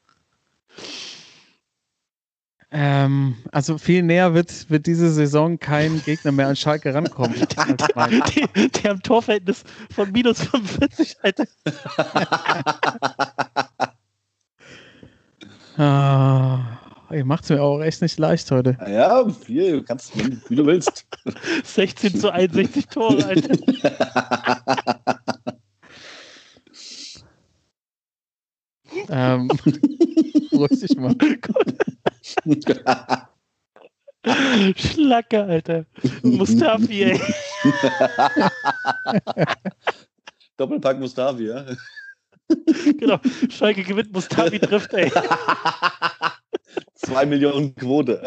Ähm, also viel näher wird, wird diese Saison kein Gegner mehr an Schalke rankommen. als Mainz. Die, die haben ein Torverhältnis von minus fünfundvierzig, Alter. Ah, ihr macht es mir auch echt nicht leicht heute. ja, hier, du kannst, wie du willst. sechzehn zu einundsechzig Tore, Alter. Ähm, beruhig dich mal. Schlacke, Alter. Mustafi, ey. Doppelpack Mustafi, ja. Genau. Schalke gewinnt, Mustafi trifft, ey. Zwei Millionen Quote.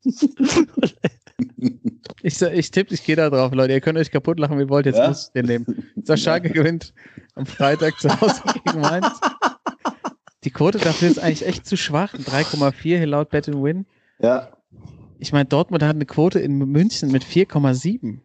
Ich, sag- ich tippe, ich gehe da drauf, Leute. Ihr könnt euch kaputt lachen, wie ihr wollt. Jetzt Ja? muss ich den nehmen. Der Schalke gewinnt am Freitag zu Hause gegen Mainz. Die Quote dafür ist eigentlich echt zu schwach. drei Komma vier hier laut Bet and Win. Ja. Ich meine, Dortmund hat eine Quote in München mit vier Komma sieben.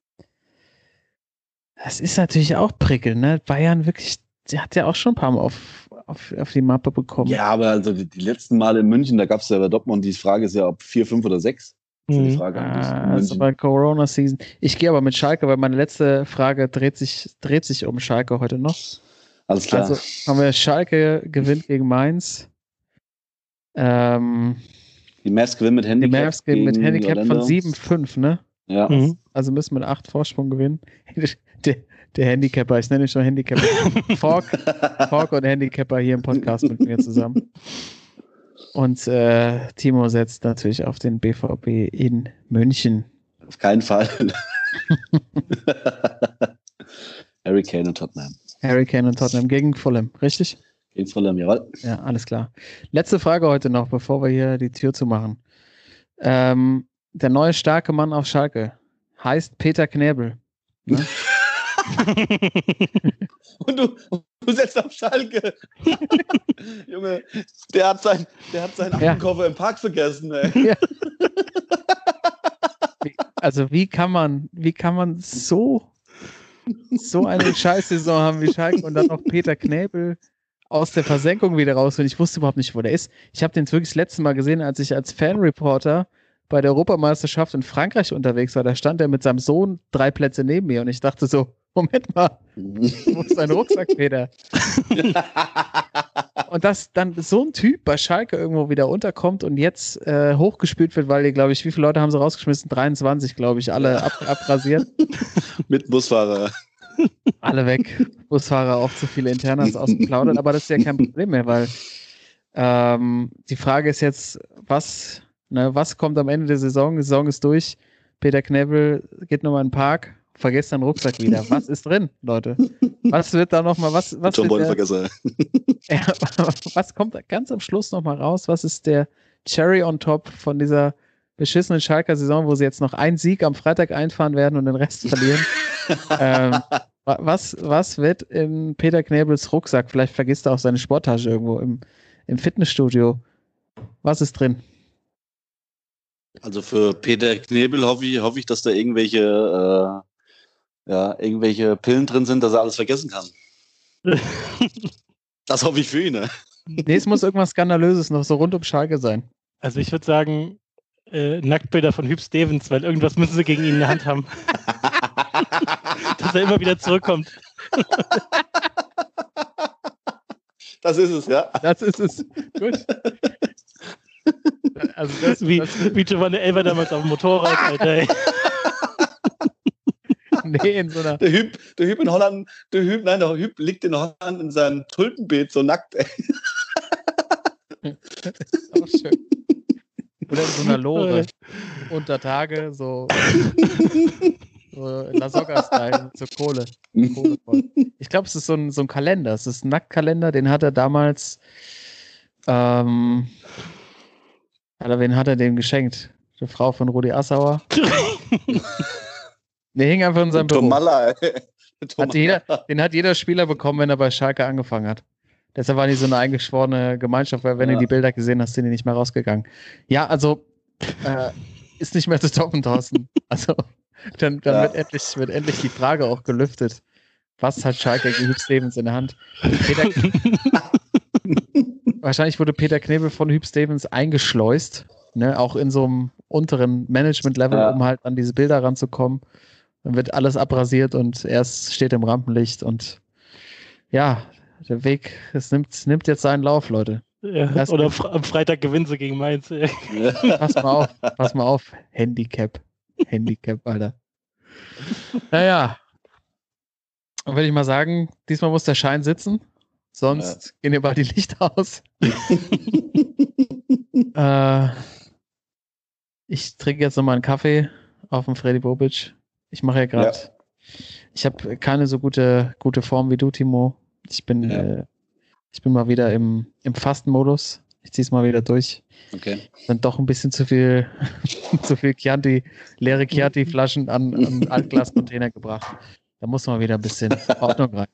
Das ist natürlich auch prickelnd, ne? Bayern wirklich, der hat ja auch schon ein paar Mal auf, auf, auf die Mappe bekommen. Ja, aber also die, die letzten Male in München, da gab es ja bei Dortmund, die Frage ist ja, ob vier, fünf oder sechs. Das ist ja die Mhm. Frage eigentlich. in Ah, also München. bei Corona-Season. Ich gehe aber mit Schalke, weil meine letzte Frage dreht sich, dreht sich um Schalke heute noch. Alles klar. Also haben wir Schalke gewinnt gegen Mainz. Ähm, die Mavs gewinnen mit die Handicap. Mavs gewinnen mit gegen Handicap von Orlando. sieben fünf, ne? Ja. Mhm. Also müssen wir mit acht Vorsprung gewinnen. Der, der Handicapper, ich nenne ihn schon Handicapper. Fork, Fork und Handicapper hier im Podcast mit mir zusammen. Und äh, Timo setzt natürlich auf den B V B in München. Auf keinen Fall. Harry Kane und Tottenham. Harry Kane und Tottenham gegen Fulham, richtig? Gegen Fulham, jawohl. Ja, alles klar. Letzte Frage heute noch, bevor wir hier die Tür zumachen. Ähm, der neue starke Mann auf Schalke, heißt Peter Knebel. Ne? Und du, du setzt auf Schalke. Junge, der hat, sein, der hat seinen Ja. Aktenkoffer im Park vergessen, ey. Ja. Wie, also wie kann man, wie kann man so, so eine Scheißsaison haben wie Schalke und dann noch Peter Knebel aus der Versenkung wieder rausholen? Ich wusste überhaupt nicht, wo der ist. Ich habe den wirklich das letzte Mal gesehen, als ich als Fanreporter bei der Europameisterschaft in Frankreich unterwegs war. Da stand er mit seinem Sohn drei Plätze neben mir und ich dachte so, Moment mal, wo ist dein Rucksack, Peter? Und dass dann so ein Typ bei Schalke irgendwo wieder unterkommt und jetzt äh, hochgespült wird, weil die, glaube ich, wie viele Leute haben sie rausgeschmissen? dreiundzwanzig, glaube ich, alle ab, abrasiert. Mit Busfahrer. Alle weg. Busfahrer auch zu viele Internas ausgeplaudert, aber das ist ja kein Problem mehr, weil ähm, die Frage ist jetzt, was, ne, was kommt am Ende der Saison? Die Saison ist durch. Peter Knebel geht nochmal in den Park, vergesst seinen Rucksack wieder. Was ist drin, Leute? Was wird da nochmal, was, was, Tom wird der, vergessen. ja, was kommt ganz am Schluss nochmal raus? Was ist der Cherry on top von dieser beschissenen Schalker Saison, wo sie jetzt noch einen Sieg am Freitag einfahren werden und den Rest verlieren? ähm, wa- was, was wird in Peter Knebels Rucksack? Vielleicht vergisst er auch seine Sporttasche irgendwo im, im Fitnessstudio. Was ist drin? Also für Peter Knebel hoffe ich, hoffe ich, dass da irgendwelche, äh, ja, irgendwelche Pillen drin sind, dass er alles vergessen kann. Das hoffe ich für ihn, ne? Nee, es muss irgendwas Skandalöses noch so rund um Schalke sein. Also ich würde sagen, äh, Nacktbilder von Hüb Stevens, weil irgendwas müssen sie gegen ihn in der Hand haben. Dass er immer wieder zurückkommt. Das ist es, ja. Das ist es. Gut. Also das, Wie, das, wie Giovanni Elber damals auf dem Motorrad, Alter. Ey. nee, in so einer. Der Hüb, der Hüb in Holland, der Hüb, nein, der Hüb liegt in Holland in seinem Tulpenbeet so nackt, ey. Auch schön. Oder in so einer Lore. Unter Tage, so, so La Soga-Style, so Kohle. Kohle voll. Ich glaube, es ist so ein, so ein Kalender. Es ist ein Nacktkalender, den hat er damals. Ähm, Alter, wen hat er dem geschenkt? Die Frau von Rudi Assauer. Der hing einfach in seinem Büro. Tomalla, ey. Hat jeder, den hat jeder Spieler bekommen, wenn er bei Schalke angefangen hat. Deshalb war die so eine eingeschworene Gemeinschaft, weil wenn Ja. du die Bilder gesehen hast, sind die nicht mehr rausgegangen. Ja, also äh, ist nicht mehr zu toppen, Thorsten. Also dann, dann Ja. wird, endlich, wird endlich die Frage auch gelüftet. Was hat Schalke gegen Hüb Stevens in der Hand? Peter, wahrscheinlich wurde Peter Knebel von Hüb Stevens eingeschleust, ne, auch in so einem unteren Management-Level, Ja. um halt an diese Bilder ranzukommen. Dann wird alles abrasiert und er steht im Rampenlicht und ja, der Weg, es nimmt, es nimmt jetzt seinen Lauf, Leute. Ja, Das- oder fr- am Freitag gewinnen sie gegen Mainz. Ey. Pass mal auf, pass mal auf. Handicap. Handicap, Alter. Naja. Dann würde ich mal sagen, diesmal muss der Schein sitzen, sonst gehen hier bald die Lichter aus. äh, ich trinke jetzt nochmal einen Kaffee auf dem Freddy Bobic. Ich mache ja gerade, Ja. ich habe keine so gute, gute Form wie du, Timo. Ich bin, Ja. äh, ich bin mal wieder im, im Fastenmodus. Ich ziehe es mal wieder durch. Okay. Dann doch ein bisschen zu viel, zu viel Chianti, leere Chianti-Flaschen an, an Altglascontainer gebracht. Da muss man wieder ein bisschen Ordnung rein.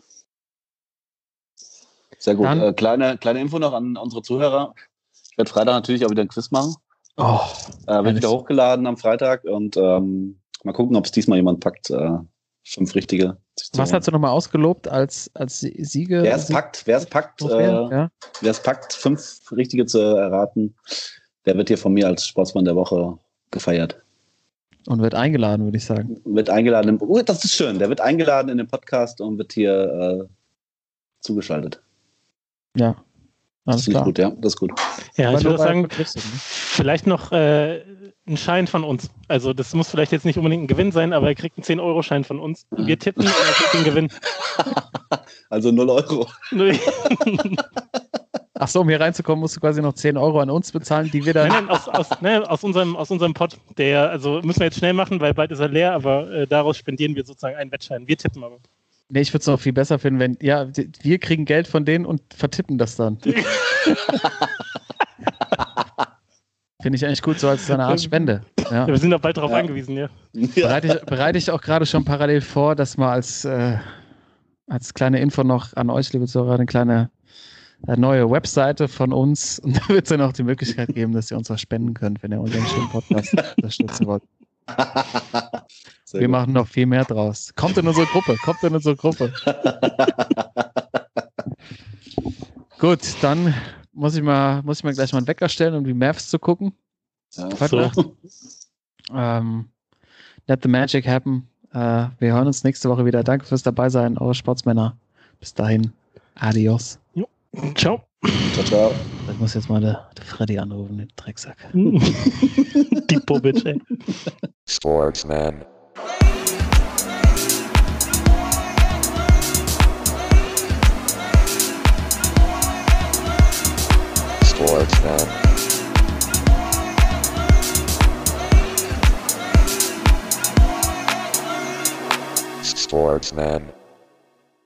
Sehr gut. Dann- Äh, kleine, kleine Info noch an unsere Zuhörer. Ich werde Freitag natürlich auch wieder ein Quiz machen. Oh, Äh, wird Ehrlich? wieder hochgeladen am Freitag und ähm, mal gucken, ob es diesmal jemand packt. Äh, fünf richtige. was hast du nochmal ausgelobt als, als Sie- Siege? Wer es packt, wer es packt, Trophäe? äh, Ja? wer es packt, fünf richtige zu erraten, der wird hier von mir als Sportsmann der Woche gefeiert. Und wird eingeladen, würde ich sagen. Wird eingeladen, im, oh, das ist schön, der wird eingeladen in den Podcast und wird hier äh, zugeschaltet. Ja, Das alles finde ich klar. gut, ja, das ist gut. Ja, Aber ich nur würde bei sagen, Verknüpfung, ne? vielleicht noch äh, ein Schein von uns. Also das muss vielleicht jetzt nicht unbedingt ein Gewinn sein, aber er kriegt einen zehn-Euro-Schein von uns. Wir tippen und er kriegt den Gewinn. Also null Euro. Ach so, um hier reinzukommen, musst du quasi noch zehn Euro an uns bezahlen, die wir dann. Nein, nein, aus, aus, nein, aus, unserem, aus unserem Pot. Der, also müssen wir jetzt schnell machen, weil bald ist er leer, aber äh, daraus spendieren wir sozusagen einen Wettschein. Wir tippen aber. Nee, ich würde es noch viel besser finden, wenn. Ja, d- wir kriegen Geld von denen und vertippen das dann. Finde Finde ich eigentlich gut, so als so eine Art Spende. Ja. Ja, wir sind da bald darauf Ja. angewiesen, ja. Bereite ich, bereite ich auch gerade schon parallel vor, dass mal als, äh, als kleine Info noch an euch, liebe Zuhörer, eine kleine äh, neue Webseite von uns. Und da wird es dann auch die Möglichkeit geben, dass ihr uns was spenden könnt, wenn ihr unseren schönen Podcast unterstützen wollt. Sehr Wir gut. machen noch viel mehr draus. Kommt in unsere Gruppe, kommt in unsere Gruppe. Gut, dann muss ich mal, muss ich mal gleich mal einen Wecker stellen, um die Mavs zu gucken. Ja, Heute so. Nacht. Ähm, let the magic happen. Äh, wir hören uns nächste Woche wieder. Danke fürs Dabeisein, eure Sportsmänner. Bis dahin. Adios. Ciao. Ciao, ciao. Ich muss jetzt mal der, der Freddy anrufen, den Drecksack. Die Bobic, ey. Sportsman. Sportsman. Sportsman.